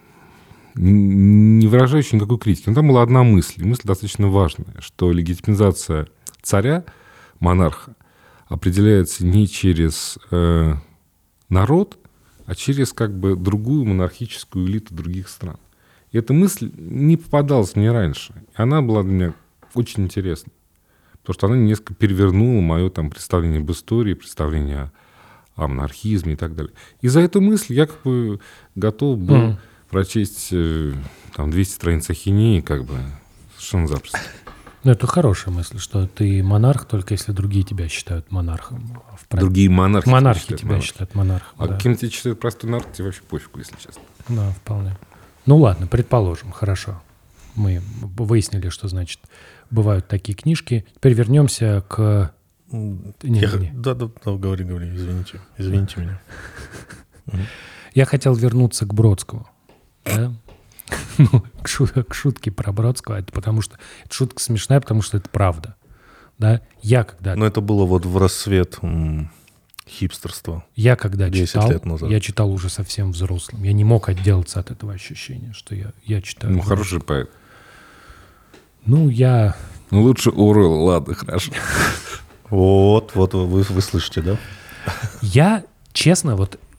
н- не выражающая никакой критики. Но там была одна мысль, и мысль достаточно важная, что легитимизация царя, монарха, определяется не через э, народ, а через как бы другую монархическую элиту других стран. И эта мысль не попадалась мне раньше. И она была для меня очень интересна. Потому что она несколько перевернула мое там, представление об истории, представление о монархизме и так далее. И за эту мысль я как бы готов был Мгм. прочесть э, там, двести страниц ахинеи как бы совершенно запросто. Ну, это хорошая мысль, что ты монарх, только если другие тебя считают монархом. А в прав- Другие монархи. Монархи считают тебя монархом. считают монархом. А да. кем тебя считает простой народ, тебе вообще пофигу, если честно. Да, вполне. Ну ладно, предположим, хорошо. Мы выяснили, что значит бывают такие книжки. Теперь вернемся к... М, Не, я- не. Да, да, да, говори, говори, извините. Извините меня. Я хотел вернуться к Бродскому. Да? Ну, к, шу- к шутке про Бродского. Это потому что... Эта шутка смешная, потому что это правда. Да? Я когда, Но это было вот в рассвет м, хипстерства. я когда десять читал, лет назад. я читал уже совсем взрослым. Я не мог отделаться от этого ощущения, что я, я читаю. Ну, уже. хороший поэт. Ну, я... Ну, лучше Оруэлл, ладно, хорошо. Вот, вот вы, вы слышите, да? Я, честно, вот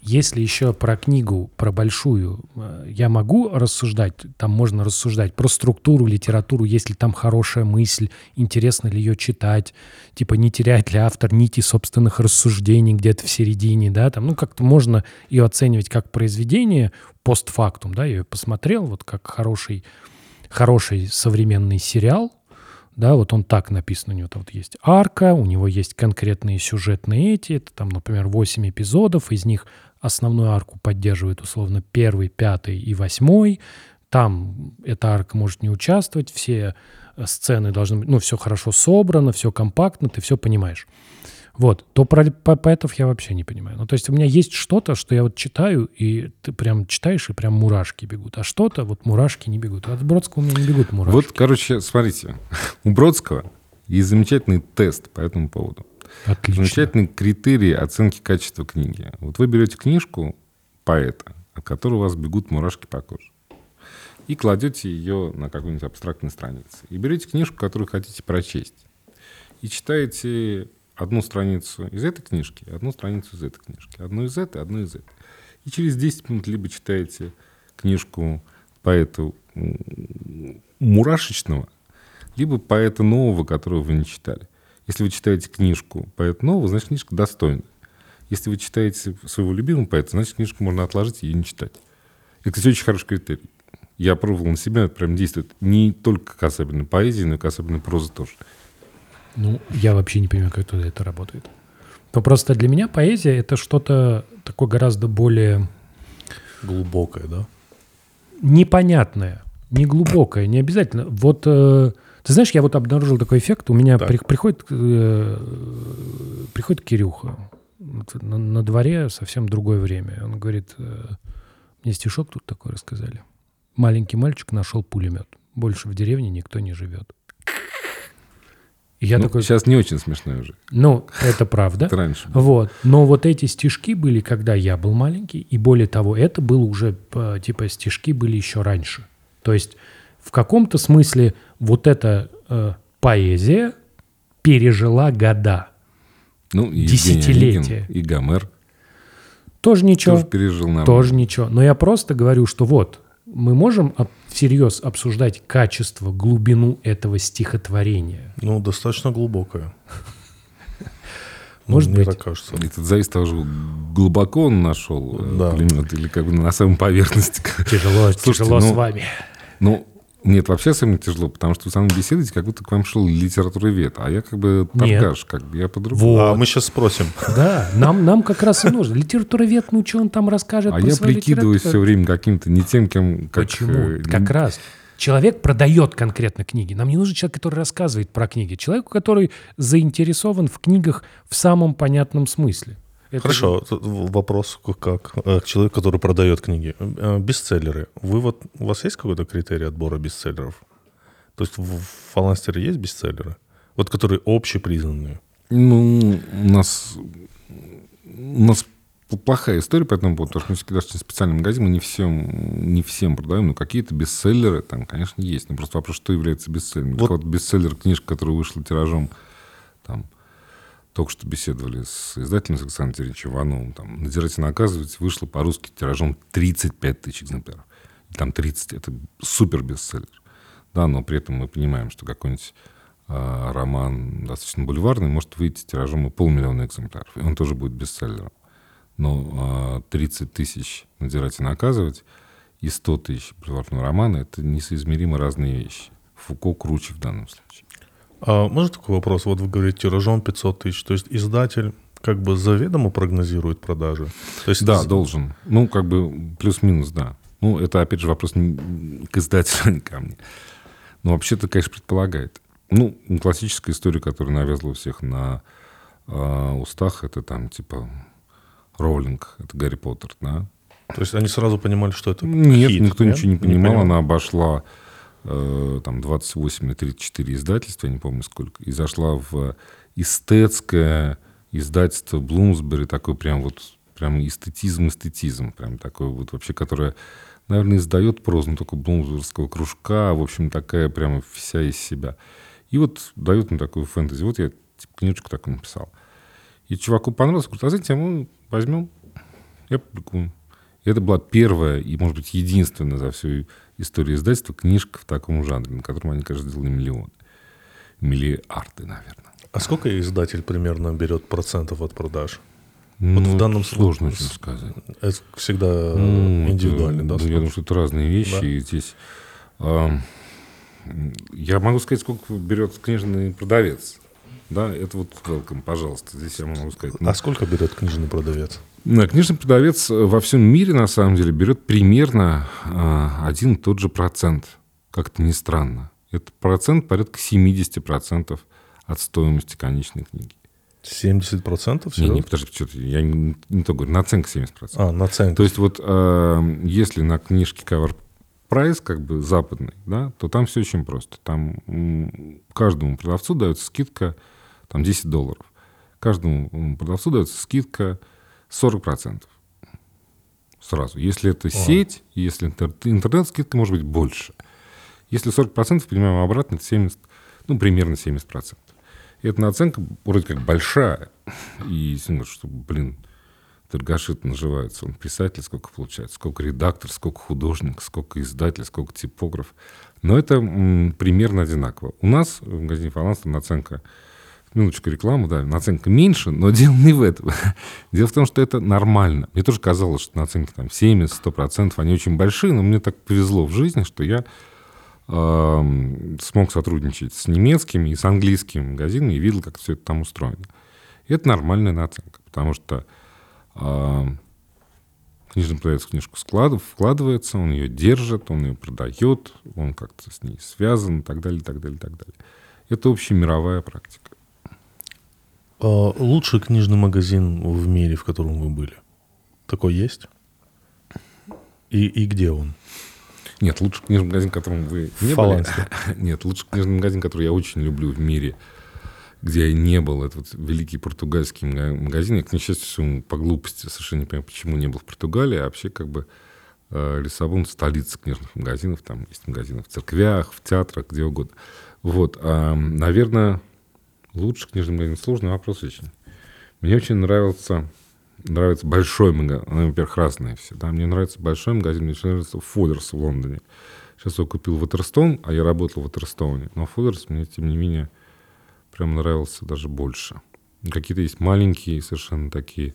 если еще про книгу, про большую, я могу рассуждать, там можно рассуждать про структуру, литературу, есть ли там хорошая мысль, интересно ли ее читать, типа не теряет ли автор нити собственных рассуждений где-то в середине, да, там, ну, как-то можно ее оценивать как произведение постфактум, да, я ее посмотрел, вот как хороший, хороший современный сериал, да, вот он так написан, у него там вот есть арка, у него есть конкретные сюжетные эти, это там, например, восемь эпизодов, из них основную арку поддерживает условно первый, пятый и восьмой, там эта арка может не участвовать, все сцены должны быть, ну, все хорошо собрано, все компактно, ты все понимаешь. Вот, то про поэтов я вообще не понимаю. Ну, то есть у меня есть что-то, что я вот читаю, и ты прям читаешь, и прям мурашки бегут. А что-то вот мурашки не бегут. От Бродского у меня не бегут мурашки. Вот, короче, смотрите. У Бродского есть замечательный тест по этому поводу. Отлично. Замечательный критерий оценки качества книги. Вот вы берете книжку поэта, от которого у вас бегут мурашки по коже, и кладете ее на какой-нибудь абстрактной странице. И берете книжку, которую хотите прочесть, и читаете одну страницу из этой книжки, одну страницу из этой книжки, одну из этой, одну из этой. И через десять минут либо читаете книжку поэта мурашечного, либо поэта нового, которого вы не читали. Если вы читаете книжку поэта нового, значит, книжка достойна. Если вы читаете своего любимого поэта, значит, книжку можно отложить и ее не читать. Это, кстати, очень хороший критерий. Я пробовал на себя, это прям действует не только к особенной поэзии, но и к особенной прозе тоже. Ну, я вообще не понимаю, как туда это работает. Но просто для меня поэзия — это что-то такое гораздо более... Глубокое, да? Непонятное, не глубокое, не обязательно. Вот, э, ты знаешь, я вот обнаружил такой эффект. У меня при, приходит, э, приходит Кирюха. На, на дворе совсем другое время. Он говорит, э, мне стишок тут такой рассказали. Маленький мальчик нашел пулемет. Больше в деревне никто не живет. И я ну, такой, сейчас не очень смешно уже. Ну, это правда. Это раньше было. Вот. Но вот эти стишки были, когда я был маленький, и более того, это было уже, типа, стишки были еще раньше. То есть в каком-то смысле вот эта э, поэзия пережила года, ну, и десятилетия. И Гомер тоже ничего. Тоже пережил нормально. Тоже ничего. Но я просто говорю, что вот, мы можем всерьез обсуждать качество, глубину этого стихотворения? Ну, достаточно глубокое. Может Мне быть. так кажется. Это зависит от того, глубоко он нашел Да. пулемет или как бы на самой поверхности. Тяжело, Слушайте, тяжело ну, с вами. Ну, нет, вообще особенно тяжело, потому что вы со мной беседуете, как будто к вам шел литературовед, а я как бы торгаш, как бы я по-другому. А мы сейчас спросим. Да, нам, нам как раз и нужно. Литературовед, ну что он там расскажет А про я свою прикидываюсь все литературу? время каким-то не тем, кем... Как, Почему? э, Как раз. Человек продает конкретно книги. Нам не нужен человек, который рассказывает про книги. Человек, который заинтересован в книгах в самом понятном смысле. Это Хорошо, тут вопрос как э, к человеку, который продает книги. Э, Бестселлеры. Вы вот, у вас есть какой-то критерий отбора бестселлеров? То есть в фаланстере есть бестселлеры? Вот которые общепризнанные. Ну, у нас... У нас плохая история по этому поводу, потому что мы всегда очень специальный магазин, мы не всем, не всем продаем, но какие-то бестселлеры там, конечно, есть. Но просто вопрос, что является бестселлером. Вот. Вот бестселлер, книжка, которая вышла тиражом, там, только что беседовали с издателем, с Александром Терентьевичем Ивановым, там, «Надзирать и наказывать» вышла по-русски тиражом тридцать пять тысяч экземпляров. И там тридцать, это супер бестселлер. Да, но при этом мы понимаем, что какой-нибудь э, роман достаточно бульварный может выйти тиражом и полмиллиона экземпляров, и он тоже будет бестселлером. Но э, тридцать тысяч «Надзирать и наказывать» и сто тысяч бульварного романа — это несоизмеримо разные вещи. Фуко круче в данном случае. А может такой вопрос? Вот вы говорите, тиражом пятьсот тысяч. То есть издатель как бы заведомо прогнозирует продажи? То есть Да, з- должен. Ну, как бы плюс-минус, да. Ну, это, опять же, вопрос не к издателю, а не ко мне. Но вообще-то, конечно, предполагает. Ну, классическая история, которая навязла у всех на э, устах, это там, типа, Роулинг, это Гарри Поттер, да? То есть они сразу понимали, что это Нет, хит, никто нет? ничего не понимал. понимал? Она обошла э, там двадцать восемь или тридцать четыре издательства, я не помню сколько, и зашла в эстетское издательство Блумсбери, такой прям вот прям эстетизм-эстетизм, прям такой вот вообще, которое, наверное, издает прозу, но только блумсбергского кружка, в общем, такая прямо вся из себя. И вот дает мне такую фэнтези. Вот я типа, книжечку такую написал. И чуваку понравилось, говорит, а знаете, мы возьмем я публикую. И это была первая и, может быть, единственная за всю историю издательства книжка в таком жанре, на котором они, кажется, сделали миллионы. Миллиарды, наверное. А сколько издатель примерно берет процентов от продаж? Ну, вот в данном сложно случае очень сказать. Это всегда Ну, индивидуально, это, да? ну, я думаю, что это разные вещи. Да. И здесь а, я могу сказать, сколько берет книжный продавец. Да, это вот welcome, пожалуйста. Здесь я могу сказать. А сколько берет книжный продавец? Да, книжный продавец во всем мире, на самом деле, берет примерно а, один и тот же процент. Как-то не странно. Это процент порядка семьдесят процентов от стоимости конечной книги. семьдесят процентов? Не, не, подожди, что-то, я не, не то говорю, наценка семьдесят процентов. А, наценка. То есть вот э, если на книжке cover price как бы западный, да, то там все очень просто. Там м, каждому продавцу дается скидка там, десять долларов. Каждому м, продавцу дается скидка сорок процентов. Сразу. Если это сеть, если интер- интернет, скидка может быть больше. Если сорок процентов, понимаем, обратно, это семьдесят, ну, примерно семьдесят процентов. И эта наценка вроде как большая. И говорят, что, блин, торгаши-то наживаются. Он писатель, сколько получается, сколько редактор, сколько художник, сколько издатель, сколько типограф. Но это м, примерно одинаково. У нас в магазине «Фаланстер» наценка, минуточку рекламы, да, наценка меньше, но дело не в этом. Дело в том, что это нормально. Мне тоже казалось, что наценки там семьдесят-сто процентов, они очень большие, но мне так повезло в жизни, что я смог сотрудничать с немецкими и с английскими магазинами и видел, как все это там устроено. И это нормальная наценка, потому что э, книжный продавец в книжку склад, вкладывается, он ее держит, он ее продает, он как-то с ней связан и так далее, и так далее, и так далее. Это общемировая практика. А лучший книжный магазин в мире, в котором вы были? Такой есть? И, и где он? Нет, лучший книжный магазин, в котором вы не были. Нет, лучший книжный магазин, который я очень люблю в мире, где я не был, это вот великий португальский магазин. Я, к несчастью, по глупости совершенно не понимаю, почему не был в Португалии, а вообще как бы Лиссабон — столица книжных магазинов. Там есть магазины в церквях, в театрах, где угодно. Вот. А, наверное, лучший книжный магазин — сложный вопрос очень. Мне очень нравился... Нравится большой магазин. Ну, во-первых, разные все. Да? Мне нравится большой магазин, мне нравится Фодерс в Лондоне. Сейчас я купил Waterstone, а я работал в Waterstone. Но Фодерс мне, тем не менее, прям нравился даже больше. Какие-то есть маленькие, совершенно такие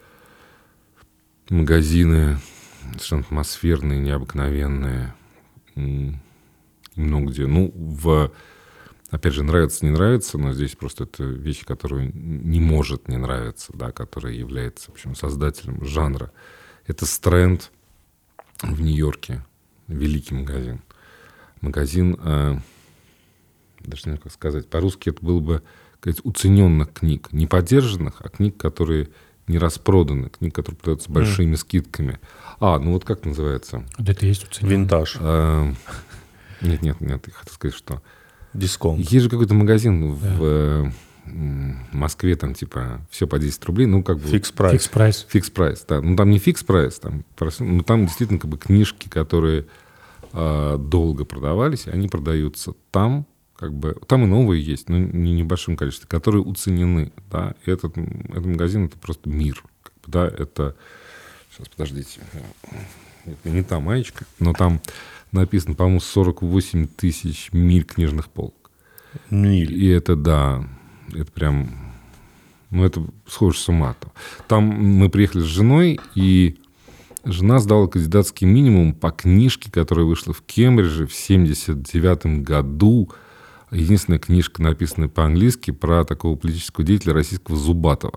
магазины, совершенно атмосферные, необыкновенные. И много где. Ну, в... Опять же, нравится, не нравится, но здесь просто это вещь, которая не может не нравиться, да, которая является, в общем, создателем жанра. Это Стрэнд в Нью-Йорке, великий магазин. Магазин, э, даже не знаю, как сказать, по-русски это было бы, сказать, уцененных книг, не подержанных, а книг, которые не распроданы, книг, которые продаются большими mm. скидками. А, ну вот как называется? Вот это и есть уцененный. Винтаж. Э, нет, нет, нет, я хотел сказать, что... Дисконт. Есть же какой-то магазин да. в э, Москве, там типа все по десять рублей, ну как бы... Фикс прайс. Фикс прайс. Фикс прайс, да. Ну там не фикс прайс, там, ну, там действительно как бы книжки, которые э, долго продавались, они продаются там, как бы... Там и новые есть, но не в небольшом количестве, которые уценены, да. И этот, этот магазин — это просто мир, как бы, да, это... Сейчас, подождите. Это не та маечка, но там... Написано, по-моему, сорок восемь тысяч миль книжных полок. Миль. И это, да, это прям... Ну, это схоже с ума. Там мы приехали с женой, и жена сдала кандидатский минимум по книжке, которая вышла в Кембридже в семьдесят девятом году. Единственная книжка, написанная по-английски, про такого политического деятеля российского Зубатова.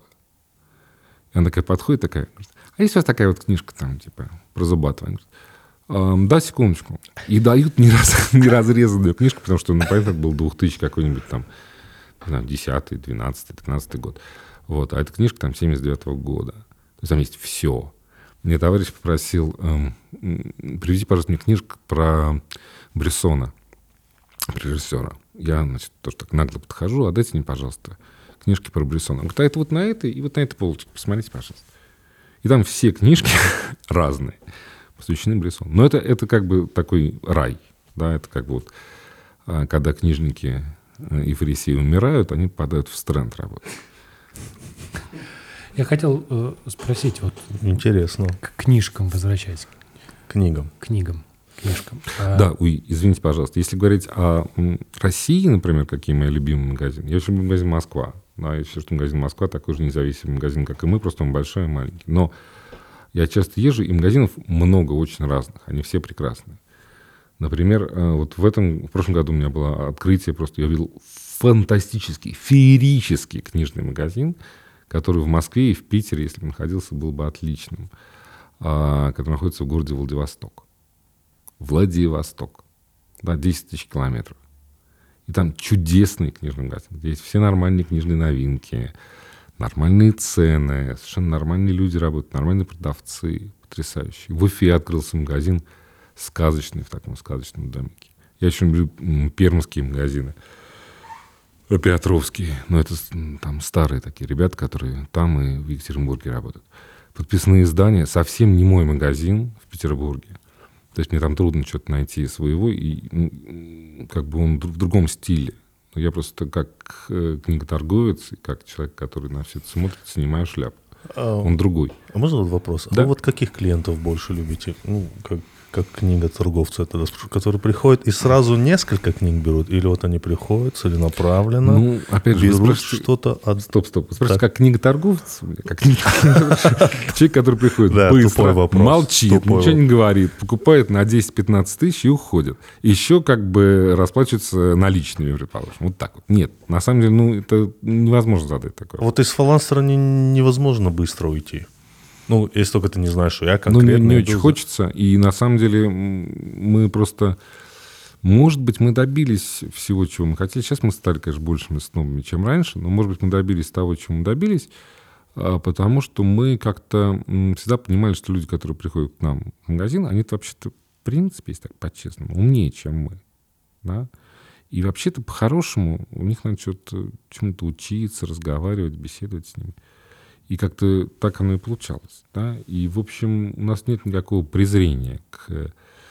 И она такая подходит, такая... А есть у вас такая вот книжка там, типа, про Зубатова? Она говорит, да, секундочку. И дают неразрезанную книжку, потому что, ну, понятно, это был двухтысячный какой-нибудь там, не знаю, десятый, двенадцатый, тринадцатый год. Вот. А эта книжка там семьдесят девятого года. То есть там есть все. Мне товарищ попросил, эм, привези, пожалуйста, мне книжку про Брессона, режиссера. Я, значит, тоже так нагло подхожу, а дайте мне, пожалуйста, книжки про Брессона. Он говорит, а это вот на этой и вот на этой полочке. Посмотрите, пожалуйста. И там все книжки разные, посвящены Брессону. Но это, это как бы такой рай. Да? Это как бы вот, когда книжники и фарисеи умирают, они попадают в Стрэнд работать. Я хотел э, спросить, вот Интересно. к книжкам возвращаясь. Книгам. Книгам, книжкам. А, Да, ой, извините, пожалуйста. Если говорить о м, России, например, какие мои любимые магазины, я очень люблю магазин «Москва». Да, я считаю, что магазин «Москва» такой же независимый магазин, как и мы, просто он большой и маленький. Но я часто езжу, и магазинов много, очень разных. Они все прекрасные. Например, э, вот в этом, в прошлом году у меня было открытие, просто я видел фантастический, феерический книжный магазин, который в Москве и в Питере, если бы находился, был бы отличным, а, который находится в городе Владивосток. Владивосток. Да, десять тысяч километров. И там чудесный книжный магазин, где есть все нормальные книжные новинки, нормальные цены, совершенно нормальные люди работают, нормальные продавцы, потрясающие. В Уфе открылся магазин сказочный, в таком сказочном домике. Я очень люблю м, пермские магазины, Петровские. Но это м, там старые такие ребята, которые там и в Екатеринбурге работают. Подписные издания. Совсем не мой магазин в Петербурге. То есть мне там трудно что-то найти своего, и м, как бы он в другом стиле. Но я просто как э, книготорговец, и как человек, который на все это смотрит, снимаю шляпу. А, Он другой. а можно вот вопрос? Да. А вы вот каких клиентов больше любите? Ну, как, как книга-торговца, это, которые приходят и сразу несколько книг берут? Или вот они приходят целенаправленно, Ну, опять же, вы берут спрашиваете- что-то от... Стоп, стоп. Вы спрашиваете, Так. как книготорговец? Как книготорговец? Человек, который приходит Да, тупой быстро, вопрос. молчит, Тупой ничего вопрос. не говорит, покупает на десять-пятнадцать тысяч и уходит. Еще как бы расплачивается наличными, предположим. Вот так вот. Нет, на самом деле, ну, это невозможно задать такое. Вот из фаланстера не- невозможно быстро уйти. Ну, если только ты не знаешь, что я Ну, конкретно... не, не иду очень за- хочется. И на самом деле м, мы просто... Может быть, мы добились всего, чего мы хотели. Сейчас мы стали, конечно, большими снобами, чем раньше. Но, может быть, мы добились того, чего мы добились, а, потому что мы как-то м, всегда понимали, что люди, которые приходят к нам в магазин, они вообще-то, в принципе, если так по-честному, умнее, чем мы. Да? И вообще-то, по-хорошему, у них надо что-то, чему-то учиться, разговаривать, беседовать с ними. И как-то так оно и получалось. Да? И, в общем, у нас нет никакого презрения к...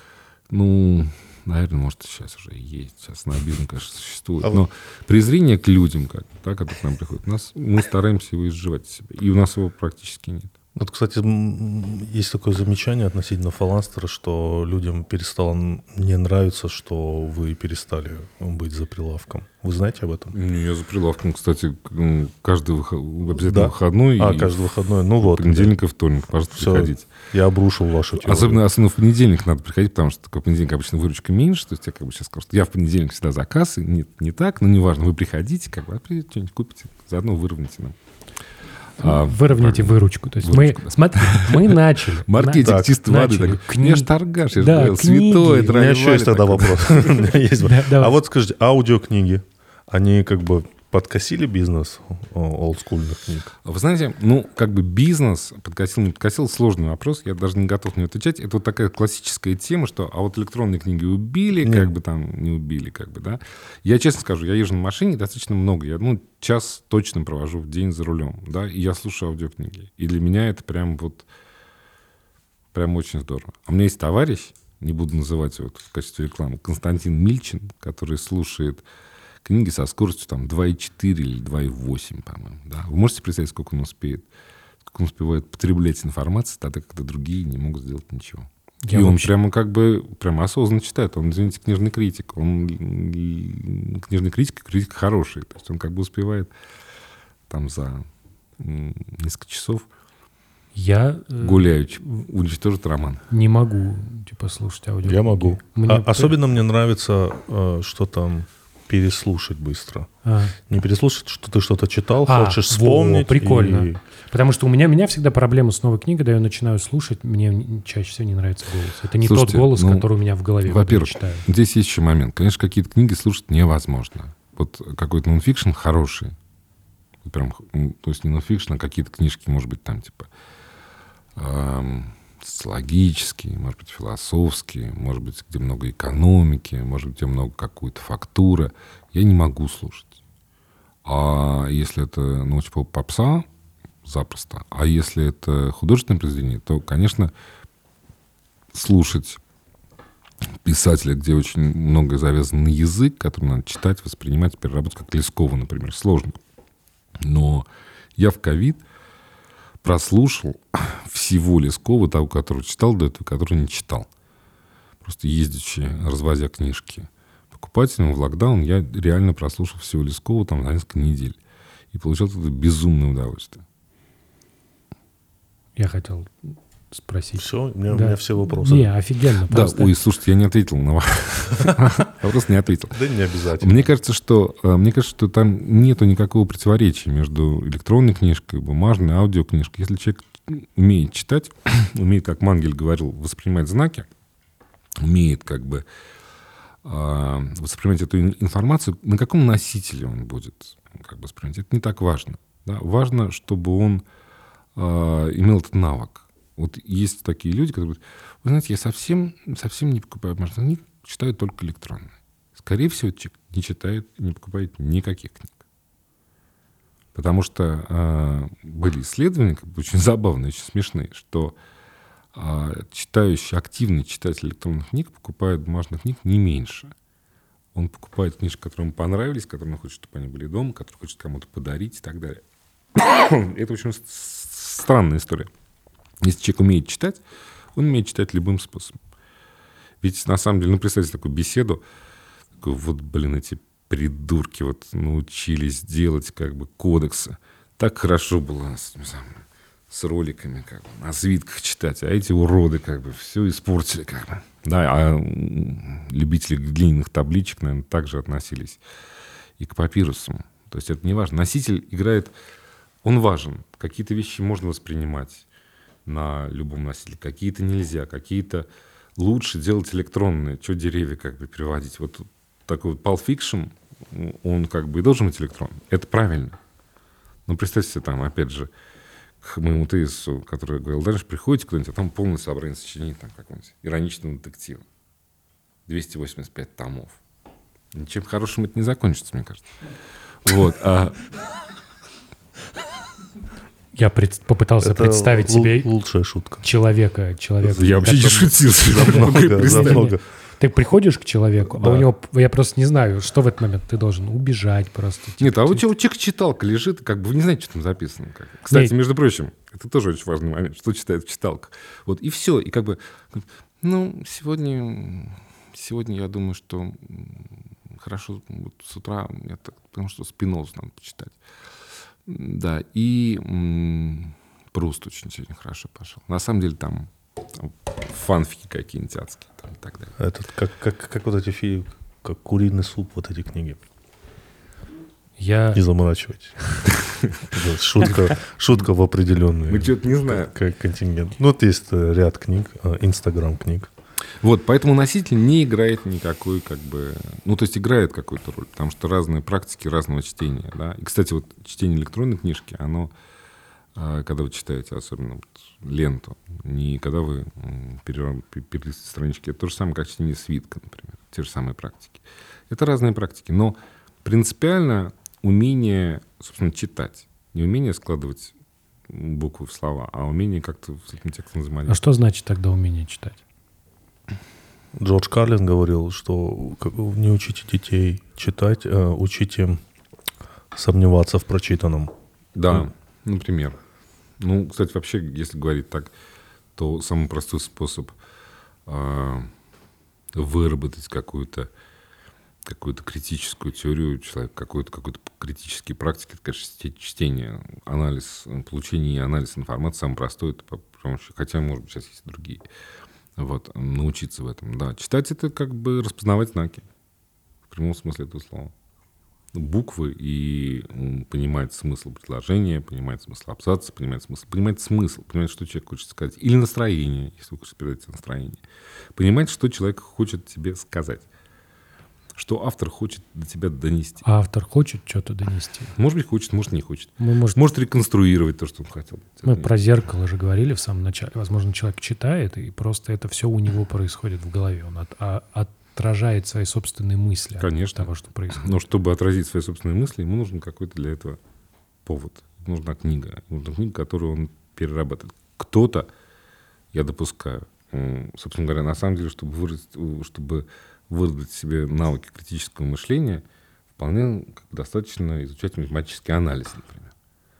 Ну, наверное, может, сейчас уже и есть. Сейчас снобизм, конечно, существует. А Но презрение к людям, как, да, которые к нам приходят, у нас, мы стараемся его изживать из себя. И у нас его практически нет. Вот, кстати, м, есть такое замечание относительно фаланстера, что людям перестало н- не нравиться, что вы перестали быть за прилавком. Вы знаете об этом? Ну, я за прилавком, кстати, к- каждый выход... обязательно Да? выходной. А, и каждый выходной. Ну вот. понедельник и вторник, пожалуйста, Всё, приходите. я обрушил вашу теорию. Особенно, особенно в понедельник надо приходить, потому что такой понедельник обычно выручка меньше. То есть я как бы сейчас скажу, что я в понедельник всегда за кассой. Нет, не так, но неважно. Вы приходите, как бы, а придете, что-нибудь купите, заодно выровняйте нам. А, Выровняйте правильно. выручку. То есть Выручку, мы, да. смотри, мы начали. Маркетинг Так, чистой воды. начали. такой. Кни- Я ж торгаш, я же Да, говорил, книги. святой, У меня траве еще есть тогда такой. вопрос. У меня есть Да, давай. А вот скажите, аудиокниги, они как бы подкосили бизнес о, олдскульных книг? Вы знаете, ну, как бы бизнес, подкосил, не подкосил, сложный вопрос, я даже не готов на него отвечать. Это вот такая классическая тема, что а вот электронные книги убили, Нет. как бы там не убили, как бы, да. Я честно скажу, я езжу на машине достаточно много. Я, ну, час точно провожу в день за рулем, да, и я слушаю аудиокниги. И для меня это прям вот, прям очень здорово. А у меня есть товарищ, не буду называть его в качестве рекламы, Константин Мильчин, который слушает книги со скоростью там два и четыре или два и восемь, по-моему. Да? Вы можете представить, сколько он успеет, сколько он успевает потреблять информации, тогда, когда другие не могут сделать ничего. Я и он вообще- прямо как бы прямо осознанно читает. Он, извините, книжный критик. Он м, книжный критик, критик хороший. То есть он как бы успевает там за м, несколько часов Я э, гуляючи уничтожить роман. не могу типа слушать аудио. Я могу. Мне- А- особенно мне нравится, э, что там переслушать быстро. А. Не переслушать, что ты что-то читал, А, хочешь во, вспомнить. прикольно. и- Потому что у меня, у меня всегда проблема с новой книгой, когда я начинаю слушать, мне н- чаще всего не нравится голос. Это не Слушайте, тот голос, ну, который у меня в голове. когда я Во-первых, читаю. здесь есть еще момент. Конечно, какие-то книги слушать невозможно. Вот какой-то нонфикшн хороший. Вот прям, м, то есть не нонфикшн, а какие-то книжки, может быть, там типа эм, социологические, может быть, философские, может быть, где много экономики, может быть, где много какой-то фактуры. Я не могу слушать. А если это научпоп попса, запросто. А если это художественное произведение, то, конечно, слушать писателя, где очень многое завязано на язык, который надо читать, воспринимать, переработать, как Лескова, например, сложно. Но я в ковид прослушал всего Лескова, того, которого читал до этого, который не читал. Просто ездячи, развозя книжки покупателям в локдаун, я реально прослушал всего Лескова там за несколько недель. И получал это безумное удовольствие. Я хотел спросить. Все, у меня, Да. у меня все вопросы. Не, офигенно. Да, Просто. ой, слушайте, я не ответил на вопрос, не ответил. Да не обязательно. Мне кажется, что мне кажется, что там нету никакого противоречия между электронной книжкой, бумажной, аудиокнижкой. Если человек умеет читать, умеет, как Мангель говорил, воспринимать знаки, умеет как бы воспринимать эту информацию, на каком носителе он будет как бы воспринимать, это не так важно. Да? Важно, чтобы он имел этот навык. Вот есть такие люди, которые говорят, вы знаете, я совсем, совсем не покупаю бумажные, они читают только электронные. Скорее всего, человек не читает, не покупает никаких книг. Потому что э, были исследования, как бы очень забавные, очень смешные, что э, читающий, активный читатель электронных книг покупает бумажных книг не меньше. Он покупает книжки, которые ему понравились, которые он хочет, чтобы они были дома, которые хочет кому-то подарить и так далее. Это очень странная история. Если человек умеет читать, он умеет читать любым способом. Ведь на самом деле, ну, представьте такую беседу, такой, вот, блин, эти придурки вот научились делать как бы кодексы. Так хорошо было с, с роликами, как бы, на свитках читать, а эти уроды как бы все испортили. Как бы. Да, а любители длинных табличек, наверное, также относились и к папирусам. То есть это не важно. Носитель играет, он важен. Какие-то вещи можно воспринимать на любом носителе, какие-то нельзя, какие-то лучше делать электронные, что деревья как бы переводить. Вот такой вот Pulp Fiction, он как бы и должен быть электронный. Это правильно. Но представьте себе там, опять же, к моему тезису, который говорил, дальше приходите куда-нибудь, а там полное собрание сочинений там какого-нибудь ироничного детектива. двести восемьдесят пять томов. Ничем хорошим это не закончится, мне кажется. Вот. А... Я пред... попытался Это представить л- себе лучшая шутка. человека. человека Я вообще не шутил. Намного, намного. Ты приходишь к человеку, Да. а у него, я просто не знаю, что в этот момент ты должен убежать просто. типа, Нет, а у ты- человека читалка лежит, как бы вы не знаете, что там записано. Как. Кстати, Нет. между прочим, это тоже очень важный момент, что читает в читалках. Вот и все. И как бы, ну, сегодня, сегодня я думаю, что м, хорошо вот с утра, я так, потому что Спинозу надо почитать. Да, и м, Пруст очень сегодня хорошо пошел. На самом деле там, там фанфики какие-нибудь адские там, и так далее. Этот, как, как, как вот эти фи, как куриный суп, вот эти книги. Я... Не заморачивайтесь. Это Шутка, шутка в определенный Мы что-то не знаем. как контингент. Ну, вот есть э, ряд книг, э, Инстаграм книг. Вот, поэтому носитель не играет никакой, как бы, ну, то есть играет какую-то роль, потому что разные практики разного чтения, да. И, кстати, вот чтение электронной книжки, оно, а, когда вы читаете, особенно вот ленту, не когда вы м, пере- перелистываете странички, это то же самое, как чтение свитка, например, те же самые практики. Это разные практики, но принципиально умение, собственно, читать, не умение складывать буквы в слова, а умение как-то с этим текстом А взаимодействовать. что значит тогда умение читать? Джордж Карлин говорил, что как, не учите детей читать, а учите сомневаться в прочитанном. Да, например. Ну, кстати, вообще, если говорить так, то самый простой способ а, выработать какую-то какую-то критическую теорию человека, какой-то какой-то критические практики, это, конечно, чте- чтение, анализ, получение и анализ информации самый простой, это по помощи, хотя, может быть, сейчас есть другие. Вот, научиться в этом, да. Читать — это как бы распознавать знаки, в прямом смысле этого слова. Буквы и м, понимать смысл предложения, понимать смысл абзаца, понимать смысл, понимать смысл, понимать, что человек хочет сказать. Или настроение, если вы хотите передать настроение. Понимать, что человек хочет тебе сказать. Что автор хочет до тебя донести. А автор хочет что-то донести? Может быть, хочет, может, не хочет. Мы, может, Может реконструировать то, что он хотел. мы про зеркало же говорили в самом начале. Возможно, человек читает, и просто это все у него происходит в голове. Он от- а- отражает свои собственные мысли от Конечно. того, что происходит. Но чтобы отразить свои собственные мысли, ему нужен какой-то для этого повод. Ему нужна книга. Ему нужна книга, которую он перерабатывает. Кто-то, я допускаю, м, собственно говоря, на самом деле, чтобы выразить, у- чтобы выработать себе навыки критического мышления, вполне как бы достаточно изучать математический анализ, например.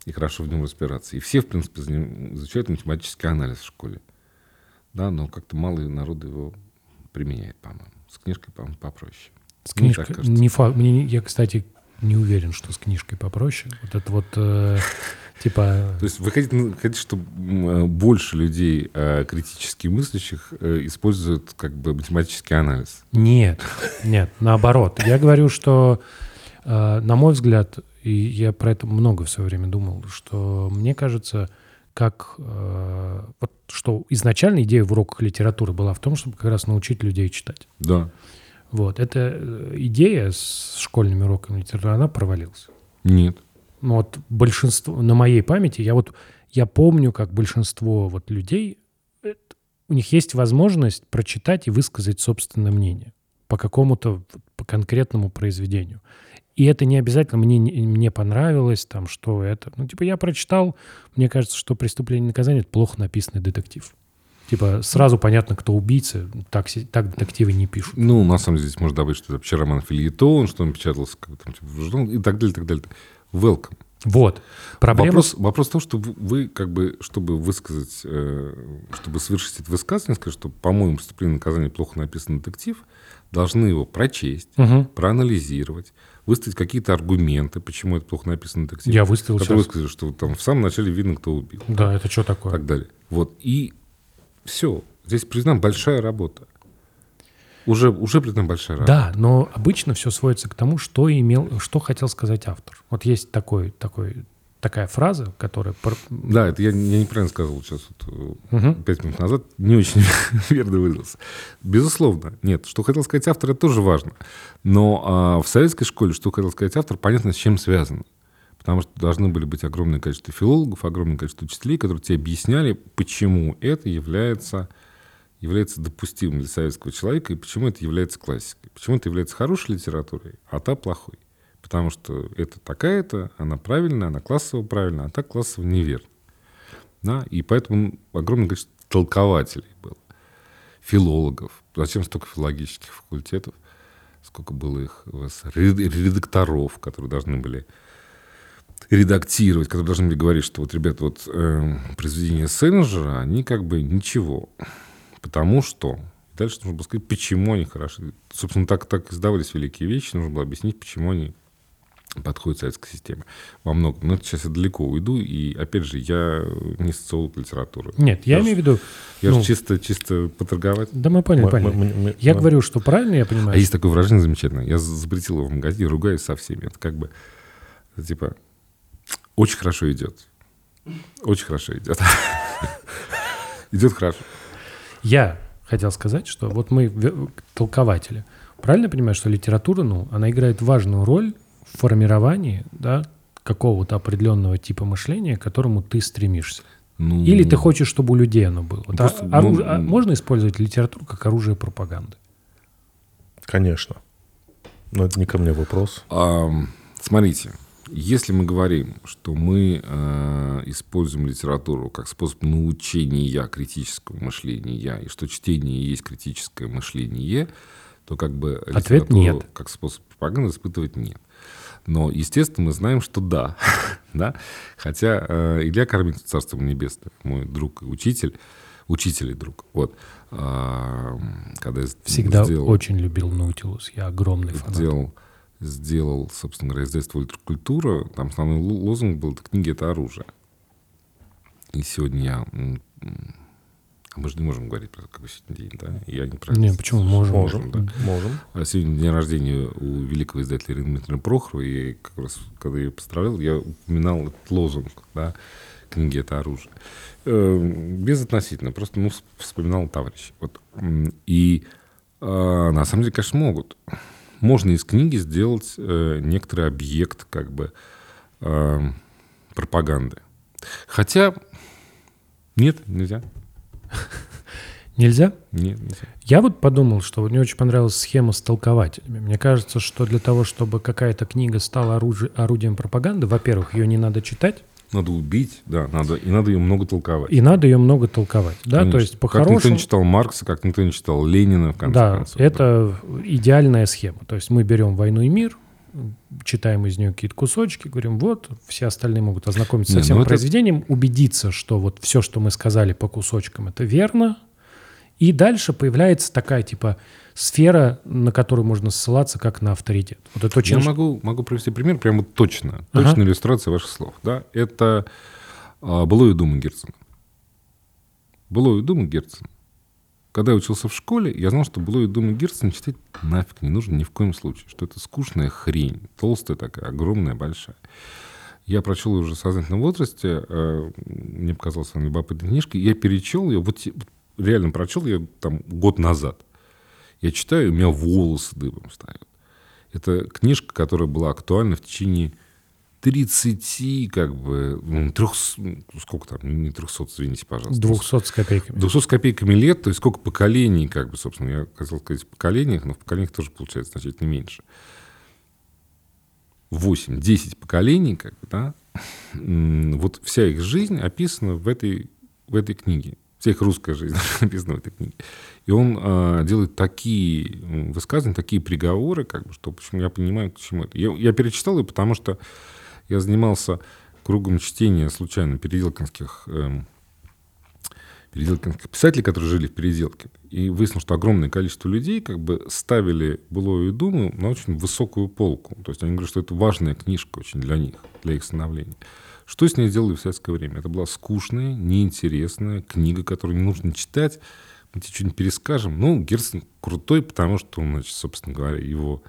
и хорошо в нем разбираться. И все, в принципе, изучают математический анализ в школе. Да, но как-то мало народу его применяет, по-моему. С книжкой, по-моему, попроще. С книжкой, не факт. Мне, я, кстати, не уверен, что с книжкой попроще. Вот это вот, э, типа... То есть вы хотите, хотите, чтобы больше людей э, критически мыслящих э, используют как бы математический анализ? Нет, нет, наоборот. Я говорю, что, э, на мой взгляд, и я про это много в свое время думал, что мне кажется, как... Э, вот, что изначально идея в уроках литературы была в том, чтобы как раз научить людей читать. Да. Вот, эта идея с школьными уроками литературы, она провалилась. Нет. Ну, вот большинство, на моей памяти, я вот, я помню, как большинство вот людей, у них есть возможность прочитать и высказать собственное мнение по какому-то, по конкретному произведению. И это не обязательно мне, мне понравилось, там, что это... Ну, типа, я прочитал, мне кажется, что «Преступление и наказание» — это плохо написанный детектив. Типа, сразу понятно, кто убийца, так, так детективы не пишут. Ну, на самом деле, здесь можно добавить, что это вообще роман «Фельетон», что он печатался как там, типа, в журнале, и так далее, и так далее. Welcome. Вот. Проблема... Вопрос, вопрос в том, что вы, как бы, чтобы высказать, э, чтобы совершить это высказывание, сказать, что, по-моему, «Преступление и наказание» плохо написан детектив, должны его прочесть, угу. проанализировать, выставить какие-то аргументы, почему это плохо написан детектив. Я выставил сейчас. Высказали, что там в самом начале видно, кто убил. Да, это что такое? И так далее. Вот. И все. Здесь признана большая работа. Уже, уже признана большая работа. Да, но обычно все сводится к тому, что, имел, что хотел сказать автор. Вот есть такой, такой, такая фраза, которая... Да, это я, я неправильно сказал сейчас, вот, угу. пять минут назад. Не очень верно выразился. Безусловно. Нет, что хотел сказать автор, это тоже важно. Но а, в советской школе, что хотел сказать автор, понятно, с чем связано. Потому что должны были быть огромное количество филологов, огромное количество учителей, которые тебе объясняли, почему это является, является допустимым для советского человека и почему это является классикой. Почему это является хорошей литературой, а та плохой. Потому что это такая-то, она правильная, она классово правильная, а та классово неверна. Да? И поэтому огромное количество толкователей было, филологов. Зачем столько филологических факультетов? Сколько было их у вас? Редакторов, которые должны были... редактировать, которые должны были говорить, что вот, ребята, вот э, произведения Селлинджера, они как бы ничего. Потому что... Дальше нужно было сказать, почему они хороши. Собственно, так, так издавались великие вещи, нужно было объяснить, почему они подходят к советской системе. Во многом. Но это сейчас я далеко уйду, и, опять же, я не социолог литературы. Нет, я, я имею в виду... Я ну, же чисто, чисто поторговать. Да мы поняли, мы, поняли. Мы, мы, мы, я мы... говорю, что правильно я понимаю. А есть такое выражение замечательное. Я запретил его в магазине, ругаюсь со всеми. Это как бы, это типа... Очень хорошо идет. Очень хорошо идет. Идет хорошо. Я хотел сказать, что вот мы толкователи. Правильно понимаю, что литература, ну, она играет важную роль в формировании, да, какого-то определенного типа мышления, к которому ты стремишься. Ну, Или ты хочешь, чтобы у людей оно было. Вот просто, а, ну, а, можно использовать литературу как оружие пропаганды? Конечно. Но это не ко мне вопрос. А, смотрите. Если мы говорим, что мы э, используем литературу как способ научения критического мышления, и что чтение есть критическое мышление, то как бы ответ литературу нет. Как способ пропаганды испытывать нет. Но, естественно, мы знаем, что да. да? Хотя э, Илья Кормин, царство небесное, мой друг и учитель, учитель и друг, вот, э, когда всегда сделал, очень любил Наутилус, я огромный фанат. Сделал, сделал, собственно говоря, издательство «Ультракультура», там основной лозунг был: «Это книги — это оружие». И сегодня я... А мы же не можем говорить про какой сегодня день, да? Я не про... Не, почему? Можем. Можем, да. можем. А сегодня день рождения у великого издателя Ирины Дмитриевны Прохоровой, и как раз, когда я ее поздравлял, я упоминал этот лозунг, да? «Книги — это оружие». Безотносительно, просто ну, вспоминал товарища. Вот. И а, на самом деле, конечно, могут. Можно из книги сделать э, некоторый объект как бы э, пропаганды. Хотя нет, нельзя. Нельзя? Нет, нельзя. Я вот подумал, что мне очень понравилась схема с толкователями. Мне кажется, что для того, чтобы какая-то книга стала оружи- орудием пропаганды, во-первых, ее не надо читать. Надо убить, да, надо, и надо ее много толковать. И надо ее много толковать, да, Конечно. То есть по-хорошему... Как никто не читал Маркса, как никто не читал Ленина, в конце да, концов. Да, это идеальная схема. То есть мы берем «Войну и мир», читаем из нее какие-то кусочки, говорим, вот, все остальные могут ознакомиться Не, со всем ну это- произведением, убедиться, что вот все, что мы сказали по кусочкам, это верно. И дальше появляется такая, типа, сфера, на которую можно ссылаться как на авторитет. Вот это очень... Я могу, могу привести пример прямо вот точно. Ага. Точная иллюстрация ваших слов. Да? Это а, «Былое думы» Герцена. «Былое думы» Герцена. Когда я учился в школе, я знал, что «Былое думы» Герцена читать нафиг не нужно ни в коем случае. Что это скучная хрень. Толстая такая, огромная, большая. Я прочел ее уже в сознательном возрасте. э, Мне показалась она любопытной книжкой. Я перечел ее. Вот те- реально прочел я там год назад. Я читаю, и у меня волосы дыбом встают. Это книжка, которая была актуальна в течение тридцати, как бы, ну, трехсот, сколько там, не трехсот, извините, пожалуйста. двухсот с копейками. двухсот с копейками лет, то есть сколько поколений, как бы, собственно, я хотел сказать в поколениях, но в поколениях тоже получается значительно меньше. восемь-десять поколений, как бы, да, м, вот вся их жизнь описана в этой, в этой книге. Вся их русская жизнь написана в этой книге. И он а, делает такие м, высказывания, такие приговоры, как бы, что, в общем, я понимаю, к чему это. Я, я перечитал ее, потому что я занимался кругом чтения случайно переделкинских, эм, переделкинских писателей, которые жили в Переделке. И выяснилось, что огромное количество людей как бы ставили «Былую думу» на очень высокую полку. То есть они говорят, что это важная книжка очень для них, для их становления. Что с ней сделали в советское время? Это была скучная, неинтересная книга, которую не нужно читать. Мы тебе что-нибудь перескажем. Ну, Герцен крутой, потому что, значит, собственно говоря, его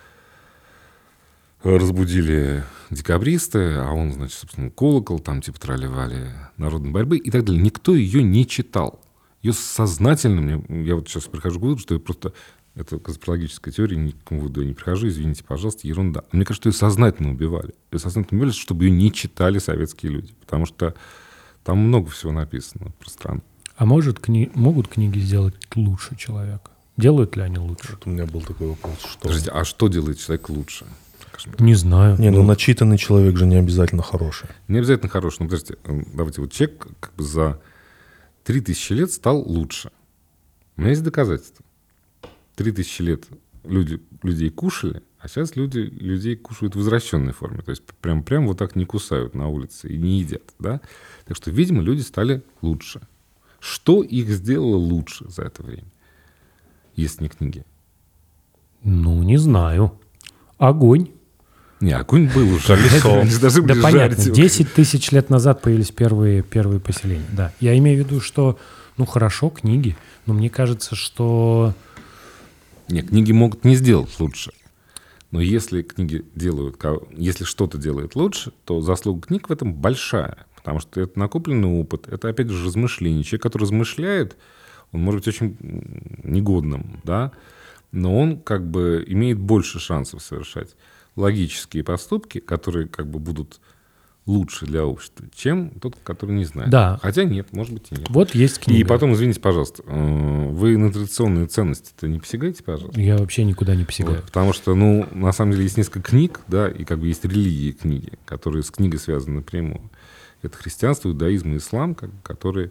разбудили декабристы, а он, значит, собственно, колокол, там типа тролливали народной борьбы и так далее. Никто ее не читал. Ее сознательно, мне, я вот сейчас прихожу к выводу, что это просто, это конспирологическая теория, ни к какому выводу я не прихожу, извините, пожалуйста, ерунда. Мне кажется, что ее сознательно убивали. Ее сознательно убивали, чтобы ее не читали советские люди, потому что там много всего написано про страну. А может, кни... могут книги сделать лучше человека? Делают ли они лучше? Вот у меня был такой вопрос, что... Подождите, а что делает человек лучше? Не знаю. Не, ну начитанный человек же не обязательно хороший. Не обязательно хороший, но подождите, давайте, вот человек как бы за три тысячи лет стал лучше. У меня есть доказательства. Три тысячи лет люди, людей кушали, а сейчас люди, людей кушают в возвращенной форме. То есть прям, прям вот так не кусают на улице и не едят. Да? Так что, видимо, люди стали лучше. Что их сделало лучше за это время, если не книги? Ну, не знаю. Огонь. Не, огонь был уже. Колесо. Они же должны Да были понятно, жарить его. десять тысяч лет назад появились первые, первые поселения. Да. Я имею в виду, что, ну хорошо, книги, но мне кажется, что... Нет, книги могут не сделать лучше. Но если книги делают, если что-то делает лучше, то заслуга книг в этом большая. Потому что это накопленный опыт, это, опять же, размышление. Человек, который размышляет, он может быть очень негодным, да, но он как бы имеет больше шансов совершать логические поступки, которые как бы будут лучше для общества, чем тот, который не знает. Да. Хотя нет, может быть и нет. Вот есть книга. И потом, извините, пожалуйста, э, вы на традиционные ценности-то не посягаете, пожалуйста? Я вообще никуда не посягаю. Вот, потому что, ну, на самом деле есть несколько книг, да, и как бы есть религии книги, которые с книгой связаны напрямую. Это христианство, иудаизм и ислам, как бы, которые,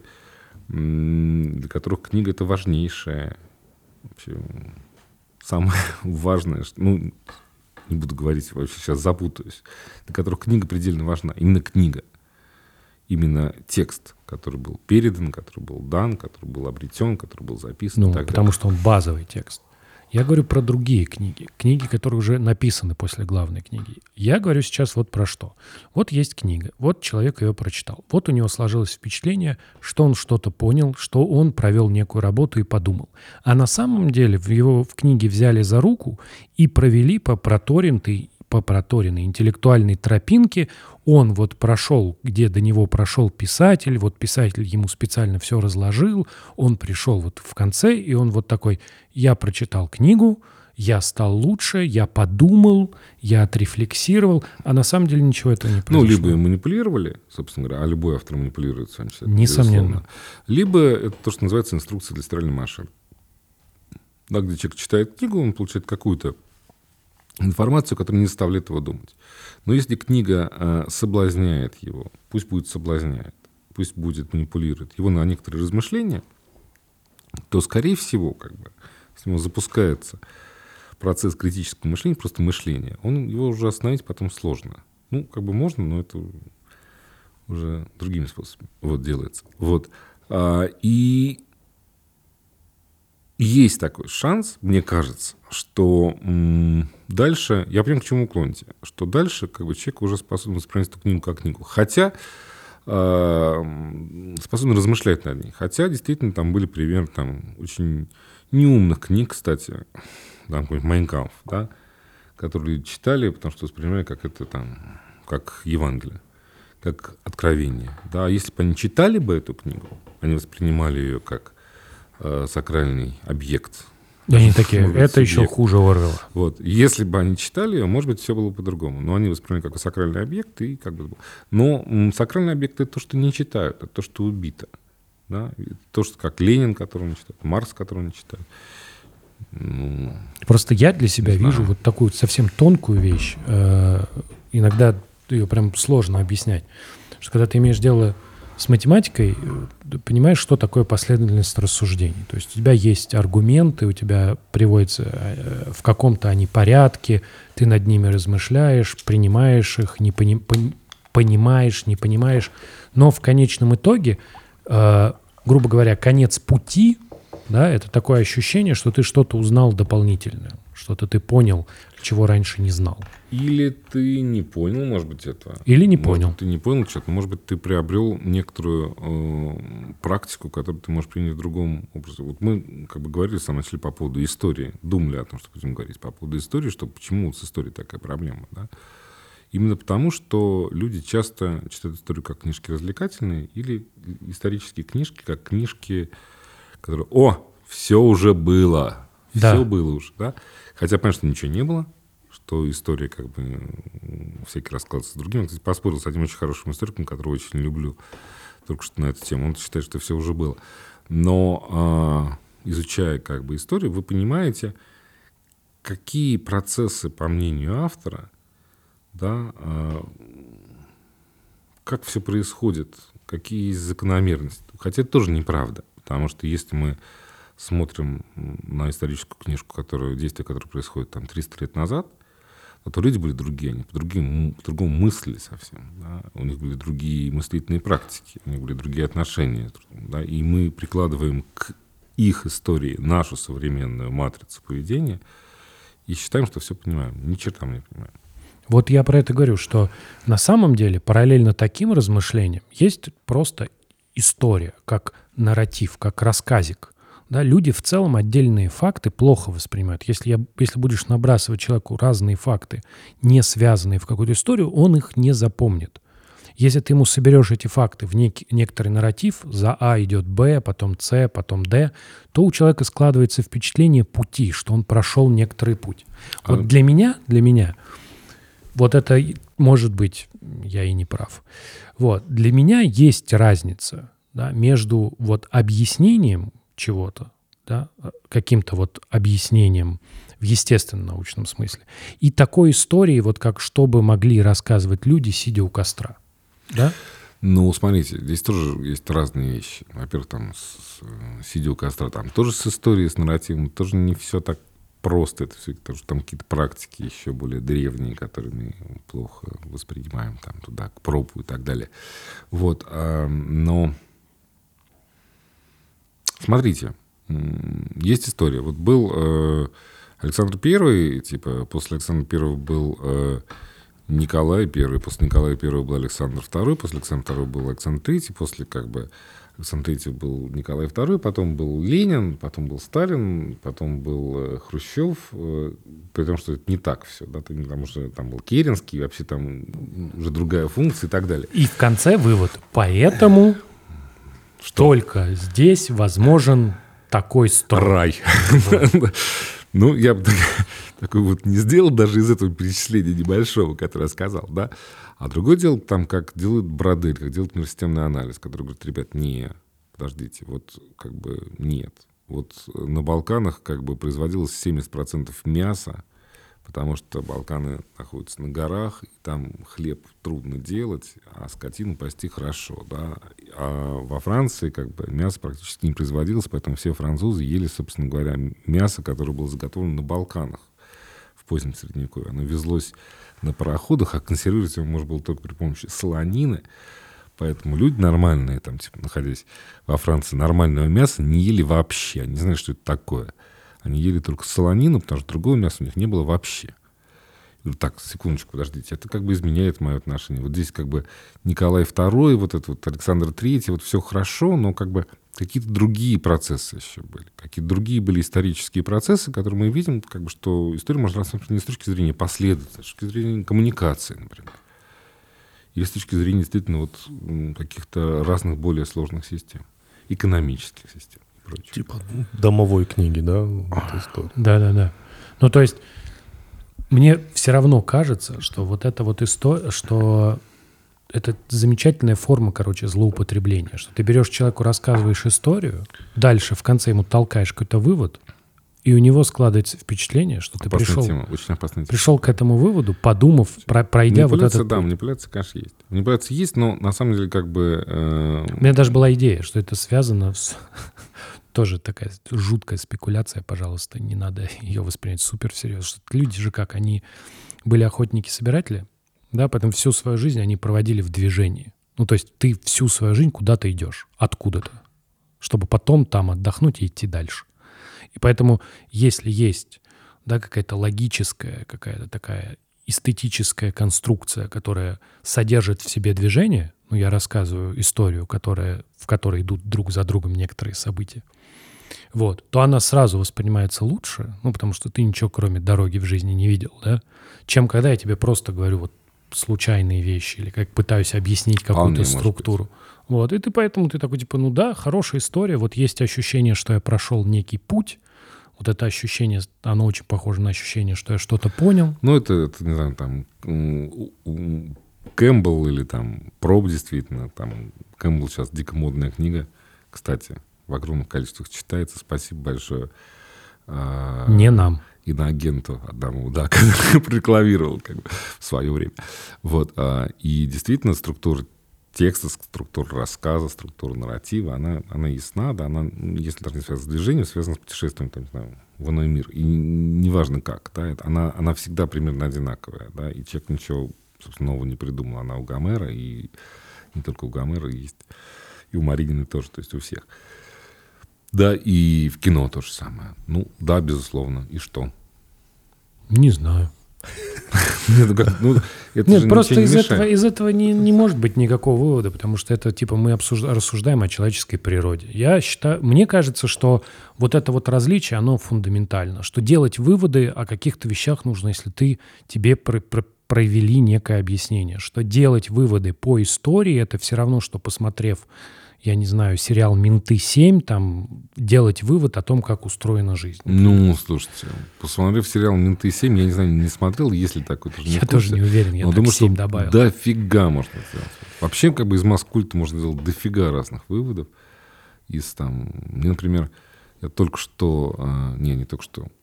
м, для которых книга — это важнейшее, вообще, самое важное, что, ну, не буду говорить, вообще сейчас запутаюсь, для которых книга предельно важна. Именно книга. Именно текст, который был передан, который был дан, который был обретен, который был записан. Ну, и так потому далее. что он базовый текст. Я говорю про другие книги. Книги, которые уже написаны после главной книги. Я говорю сейчас вот про что. Вот есть книга. Вот человек ее прочитал. Вот у него сложилось впечатление, что он что-то понял, что он провел некую работу и подумал. А на самом деле в его в книге взяли за руку и провели по проторенной, по проторенной интеллектуальной тропинке. Он вот прошел, где до него прошел писатель, вот писатель ему специально все разложил, он пришел вот в конце, и он вот такой: я прочитал книгу, я стал лучше, я подумал, я отрефлексировал, а на самом деле ничего этого не Ну, произошло. либо и манипулировали, собственно говоря, а любой автор манипулирует с вами. Несомненно. Безусловно. Либо это то, что называется инструкция для стиральной машины. Да, где человек читает книгу, он получает какую-то информацию, которая не заставляет его думать. Но если книга э, соблазняет его, пусть будет соблазняет, пусть будет манипулирует его на некоторые размышления, то, скорее всего, как бы, если у него запускается процесс критического мышления, просто мышления, он, его уже остановить потом сложно. Ну, как бы можно, но это уже другими способами вот, делается. Вот. А, и есть такой шанс, мне кажется, что м- дальше, я понимаю, к чему клоните, что дальше как бы, человек уже способен воспринимать эту книгу как книгу. Хотя э- способен размышлять над ней. Хотя действительно там были примеры там, очень неумных книг, кстати, там какой-нибудь «Майн кампф», да, которые люди читали, потому что воспринимали как это там, как Евангелие, как откровение. Да. А если бы они читали бы эту книгу, они воспринимали ее как э, сакральный объект. И они такие, Может быть, это еще субъект. хуже Орвелла. Вот. Если бы они читали ее, может быть, все было по-другому. Но они воспринимали как сакральный объект. И как бы... Но м, сакральный объект — это то, что не читают, это то, что убито. Да? Это то, что как Ленин, которого не читают, Маркс, которого не читают. Ну, Просто я для себя не вижу знаю. вот такую совсем тонкую вещь. Э, иногда ее прям сложно объяснять. Что когда ты имеешь дело с математикой, ты понимаешь, что такое последовательность рассуждений. То есть у тебя есть аргументы, у тебя приводятся э, в каком-то они порядке, ты над ними размышляешь, принимаешь их, не пони, пони, понимаешь, не понимаешь. Но в конечном итоге, э, грубо говоря, конец пути, да, это такое ощущение, что ты что-то узнал дополнительное, что-то ты понял, чего раньше не знал. Или ты не понял, может быть, этого. Или не Может понял. быть, ты не понял что-то. Может быть, ты приобрел некоторую э, практику, которую ты можешь принять в другом образе. Вот мы как бы говорили в самом начале по поводу истории. Думали о том, что будем говорить по поводу истории, что почему с историей такая проблема. Да? Именно потому, что люди часто читают историю как книжки развлекательные или исторические книжки как книжки, которые «О, все уже было». Да. Все было уже. Да? Хотя, понятно, что ничего не было. Что история как бы всякий раз складывается с другим. Я, кстати, поспорил с одним очень хорошим историком, которого очень люблю, только что на эту тему. Он считает, что все уже было. Но э, изучая как бы историю, вы понимаете, какие процессы, по мнению автора, да, э, как все происходит, какие есть закономерности. Хотя это тоже неправда, потому что если мы смотрим на историческую книжку, которая, действие которое происходит там триста лет назад, то люди были другие, они по-другому, по-другому мыслили совсем. Да? У них были другие мыслительные практики, у них были другие отношения. Да? И мы прикладываем к их истории нашу современную матрицу поведения и считаем, что все понимаем. Ни черта мы не понимаем. Вот я про это говорю, что на самом деле параллельно таким размышлениям есть просто история, как нарратив, как рассказик. Да, люди в целом отдельные факты плохо воспринимают. Если, я, если будешь набрасывать человеку разные факты, не связанные в какую-то историю, он их не запомнит. Если ты ему соберешь эти факты в некий, некоторый нарратив, за А идет Б, потом С, потом Д, то у человека складывается впечатление пути, что он прошел некоторый путь. Вот А... для меня, для меня, вот это, может быть, я и не прав. Вот, для меня есть разница, да, между вот объяснением чего-то, да, каким-то вот объяснением в естественном научном смысле. И такой истории, вот как что бы могли рассказывать люди, сидя у костра. Да? Ну, смотрите, здесь тоже есть разные вещи. Во-первых, там, с, сидя у костра, там тоже с историей, с нарративом, тоже не все так просто. Это все, потому что там какие-то практики еще более древние, которые мы плохо воспринимаем, там, туда, к пробу и так далее. Вот, а, но... Смотрите, есть история. Вот был э, Александр Первый, типа после Александра Первого был э, Николай Первый, после Николая Первого был Александр Второй, после Александра Второго был Александр Третий, после как бы Александр Третий был Николай Второй, потом был Ленин, потом был Сталин, потом был э, Хрущев, э, при том, что это не так все, да, потому что там был Керенский, вообще там уже другая функция и так далее. И в конце вывод. Поэтому... Что? Только здесь возможен такой строй. Рай. Ну, я бы такой вот не сделал даже из этого перечисления небольшого, которое я сказал, да. А другое дело, там, как делают Бродель, как делают межсистемный анализ, который говорит, ребят, не, подождите, вот как бы нет. Вот на Балканах как бы производилось семьдесят процентов мяса, потому что Балканы находятся на горах, и там хлеб трудно делать, а скотину пасти хорошо, да. А во Франции как бы мясо практически не производилось, поэтому все французы ели, собственно говоря, мясо, которое было заготовлено на Балканах. позднем Средневековье, оно везлось на пароходах, а консервировать его можно было только при помощи солонины. Поэтому люди нормальные, там, типа, находясь во Франции, нормального мяса не ели вообще. Они не знали, что это такое. Они ели только солонину, потому что другого мяса у них не было вообще. Я говорю, так, секундочку, подождите, это как бы изменяет мое отношение. Вот здесь как бы Николай второй, вот это вот Александр третий, вот все хорошо, но как бы какие-то другие процессы еще были. Какие-то другие были исторические процессы, которые мы видим, как бы, что история можно рассматривать не с точки зрения последовательности, а с точки зрения коммуникации, например. И с точки зрения действительно вот каких-то разных более сложных систем, экономических систем и прочее. Типа домовой книги, да? Да-да-да. Ну, то есть мне все равно кажется, что вот это вот история, что это замечательная форма, короче, злоупотребления, что ты берешь человеку, рассказываешь историю, дальше в конце ему толкаешь какой-то вывод, и у него складывается впечатление, что ты опасная пришел, тема, очень опасная тема. пришел к этому выводу, подумав, про, пройдя вот этот да, путь. манипуляция, конечно, есть. Манипуляция есть, но на самом деле как бы... Э... У меня даже была идея, что это связано с... Тоже такая жуткая спекуляция, пожалуйста, не надо ее воспринять супер всерьез. Что люди же как, они были охотники-собиратели, да, поэтому всю свою жизнь они проводили в движении. Ну, то есть ты всю свою жизнь куда-то идешь, откуда-то, чтобы потом там отдохнуть и идти дальше. И поэтому, если есть, да, какая-то логическая, какая-то такая эстетическая конструкция, которая содержит в себе движение, ну, я рассказываю историю, которая, в которой идут друг за другом некоторые события, вот, то она сразу воспринимается лучше, ну, потому что ты ничего, кроме дороги в жизни, не видел, да, чем когда я тебе просто говорю вот случайные вещи или как пытаюсь объяснить какую-то структуру. Вот, и ты поэтому ты такой, типа, ну да, хорошая история, вот есть ощущение, что я прошел некий путь, вот это ощущение, оно очень похоже на ощущение, что я что-то понял. Ну, это, это не знаю, там, Кэмпбелл или там Проб, действительно, там, Кэмпбелл сейчас дико модная книга, кстати, в огромных количествах читается, спасибо большое. Не нам. Иноагенту Адамову, да, который рекламировал как бы в свое время. Вот, и действительно структура текста, структура рассказа, структура нарратива, она, она ясна, да, она, если даже не связана с движением, связана с путешествием, там, не знаю, в иной мир. И неважно как, да, это, она, она всегда примерно одинаковая, да, и человек ничего, собственно, нового не придумал. Она у Гомера, и не только у Гомера есть, и у Маринины тоже, то есть у всех. Да, и в кино то же самое. Ну, да, безусловно. И что? Не знаю. Нет, ну, как, ну, это Нет, же просто не из мешает. этого, из этого не, не может быть никакого вывода, потому что это, типа, мы обсужда- рассуждаем о человеческой природе. Я считаю, мне кажется, что вот это вот различие, оно фундаментально, что делать выводы о каких-то вещах нужно, если ты, тебе про- про- провели некое объяснение, что делать выводы по истории, это все равно, что, посмотрев, я не знаю, сериал «Менты семь», там, делать вывод о том, как устроена жизнь. Ну, слушайте, посмотрев сериал «Менты семь», я не знаю, не смотрел, есть ли такой тоже. Я тоже не уверен, я но так думаю, семь что добавил. дофига можно сделать. Вообще, как бы из Маскульта можно сделать дофига разных выводов. Из там, мне, например, я только что, а, не, не только что,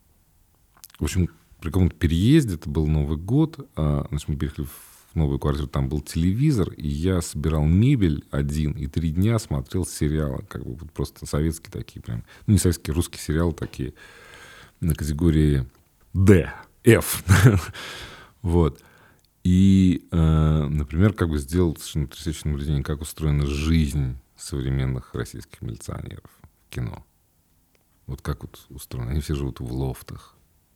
в общем, при каком-то переезде, это был Новый год, а, значит, мы переехали в в новую квартиру, там был телевизор, и я собирал мебель один, и три дня смотрел сериалы, как бы вот просто советские такие прям, ну не советские, русские сериалы такие на категории D, F. Вот. И, э, например, как бы сделал совершенно потрясающее наблюдение, как устроена жизнь современных российских милиционеров в кино. Вот как вот устроено. Они все живут в лофтах,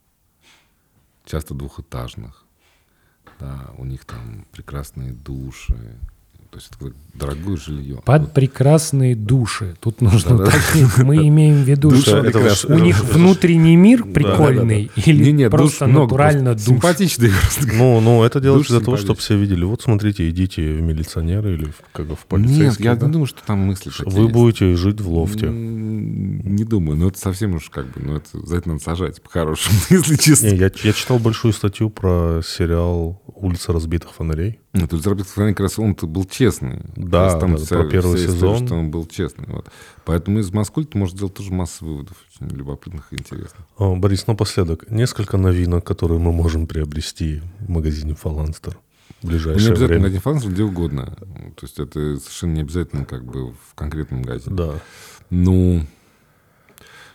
часто двухэтажных. Да, у них там прекрасные души. То есть это дорогое жилье. Под вот. Прекрасные души. Тут нужно Да, уточнить. Мы имеем в виду, Душа что прекрасная. у них внутренний мир прикольный или Не, нет, просто душ много, натурально просто душ? симпатичный. Ну, ну, это делается Душ для того, чтобы симпатичный. все видели. Вот смотрите, идите в милиционеры или в, как бы в Нет, полицейские. я да? не думаю, что там мысли такие Вы есть. будете жить в лофте. М, Не думаю, но это совсем уж как бы, ну это за это надо сажать по-хорошему, если честно. Не, я, я читал большую статью про сериал «Улица разбитых фонарей». Ну, тут «Заработок в стране» как раз он-то был честный. Да, То есть там да, вся- про первый вся история, сезон. что он был честный. Вот. Поэтому из Маскульта можно сделать тоже массу выводов, очень любопытных и интересных. О, Борис, напоследок, несколько новинок, которые мы можем приобрести в магазине «Фаланстер» в Ну, не ближайшее обязательно время. магазин «Фаланстер», где угодно. То есть это совершенно не обязательно как бы в конкретном магазине. Да. Ну,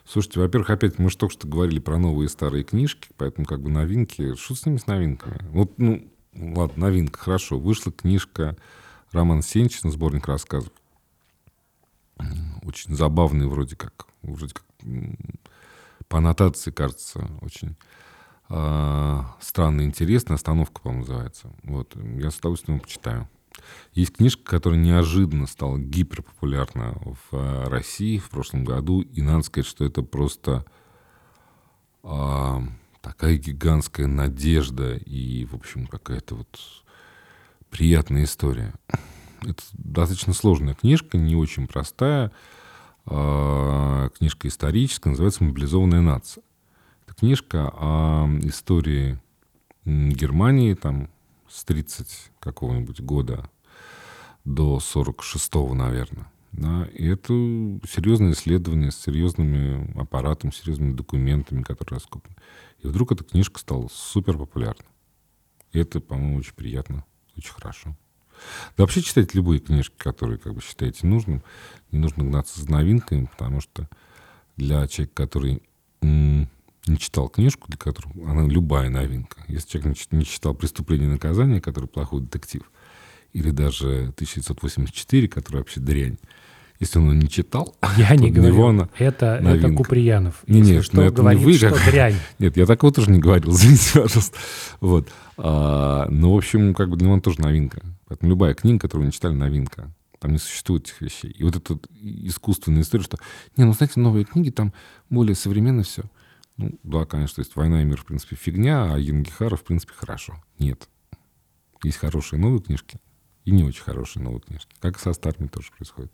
Слушайте, во-первых, опять мы же только что говорили про новые и старые книжки, поэтому как бы новинки. Что с ними с новинками? Вот, ну, ладно, новинка, хорошо. Вышла книжка Романа Сенчина, сборник рассказов. Очень забавный вроде как. Вроде как по аннотации, кажется, очень э, странно и интересно. «Остановка», по-моему, называется. Вот. Я с удовольствием его почитаю. Есть книжка, которая неожиданно стала гиперпопулярна в России в прошлом году. И надо сказать, что это просто э, такая гигантская надежда и, в общем, какая-то вот приятная история. Это достаточно сложная книжка, не очень простая. Э, книжка историческая, называется «Мобилизованная нация». Это книжка о истории Германии, там, с тридцать какого-нибудь года до сорок шестого, наверное. Да? И это серьезное исследование с серьезным аппаратом, серьезными документами, которые раскопаны. И вдруг эта книжка стала супер популярна. И это, по-моему, очень приятно, очень хорошо. Да вообще читайте любые книжки, которые как бы считаете нужным. Не нужно гнаться за новинками, потому что для человека, который м- не читал книжку, для которого она любая новинка. Если человек не читал «Преступление и наказание», который плохой детектив, или даже тысяча девятьсот восемьдесят четыре, который вообще дрянь, если он его не читал, я не говорю. Она это, это Куприянов. Не, если нет, что, это говорит, не вы, что как... дрянь. Нет, я такого тоже не говорил, извините, пожалуйста. Вот. А, ну, в общем, как бы для него тоже новинка. Поэтому любая книга, которую вы не читали, новинка. Там не существует этих вещей. И вот эта искусственная история, что, не, ну, знаете, новые книги, там более современно все. Ну, да, конечно, то есть «Война и мир», в принципе, фигня, а Янгихара, в принципе, хорошо. Нет. Есть хорошие новые книжки и не очень хорошие новые книжки. Как и со старыми тоже происходит.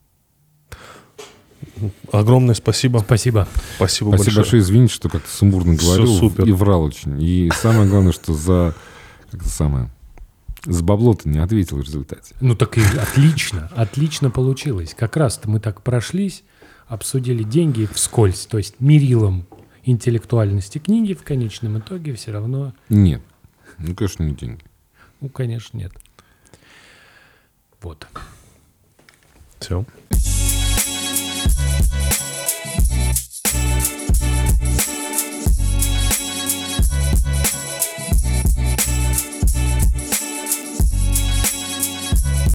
Огромное спасибо. Спасибо. Спасибо, Спасибо большое. большое. Извините, что как-то сумбурно говорил супер. И врал очень. И самое главное, что за как-то самое за бабло-то не ответил в результате. Ну так и отлично, отлично получилось. Как раз-то мы так прошлись, обсудили деньги вскользь, то есть мерилом интеллектуальности книги в конечном итоге все равно... Нет. Ну, конечно, не деньги. Ну, конечно, нет. Вот. Все.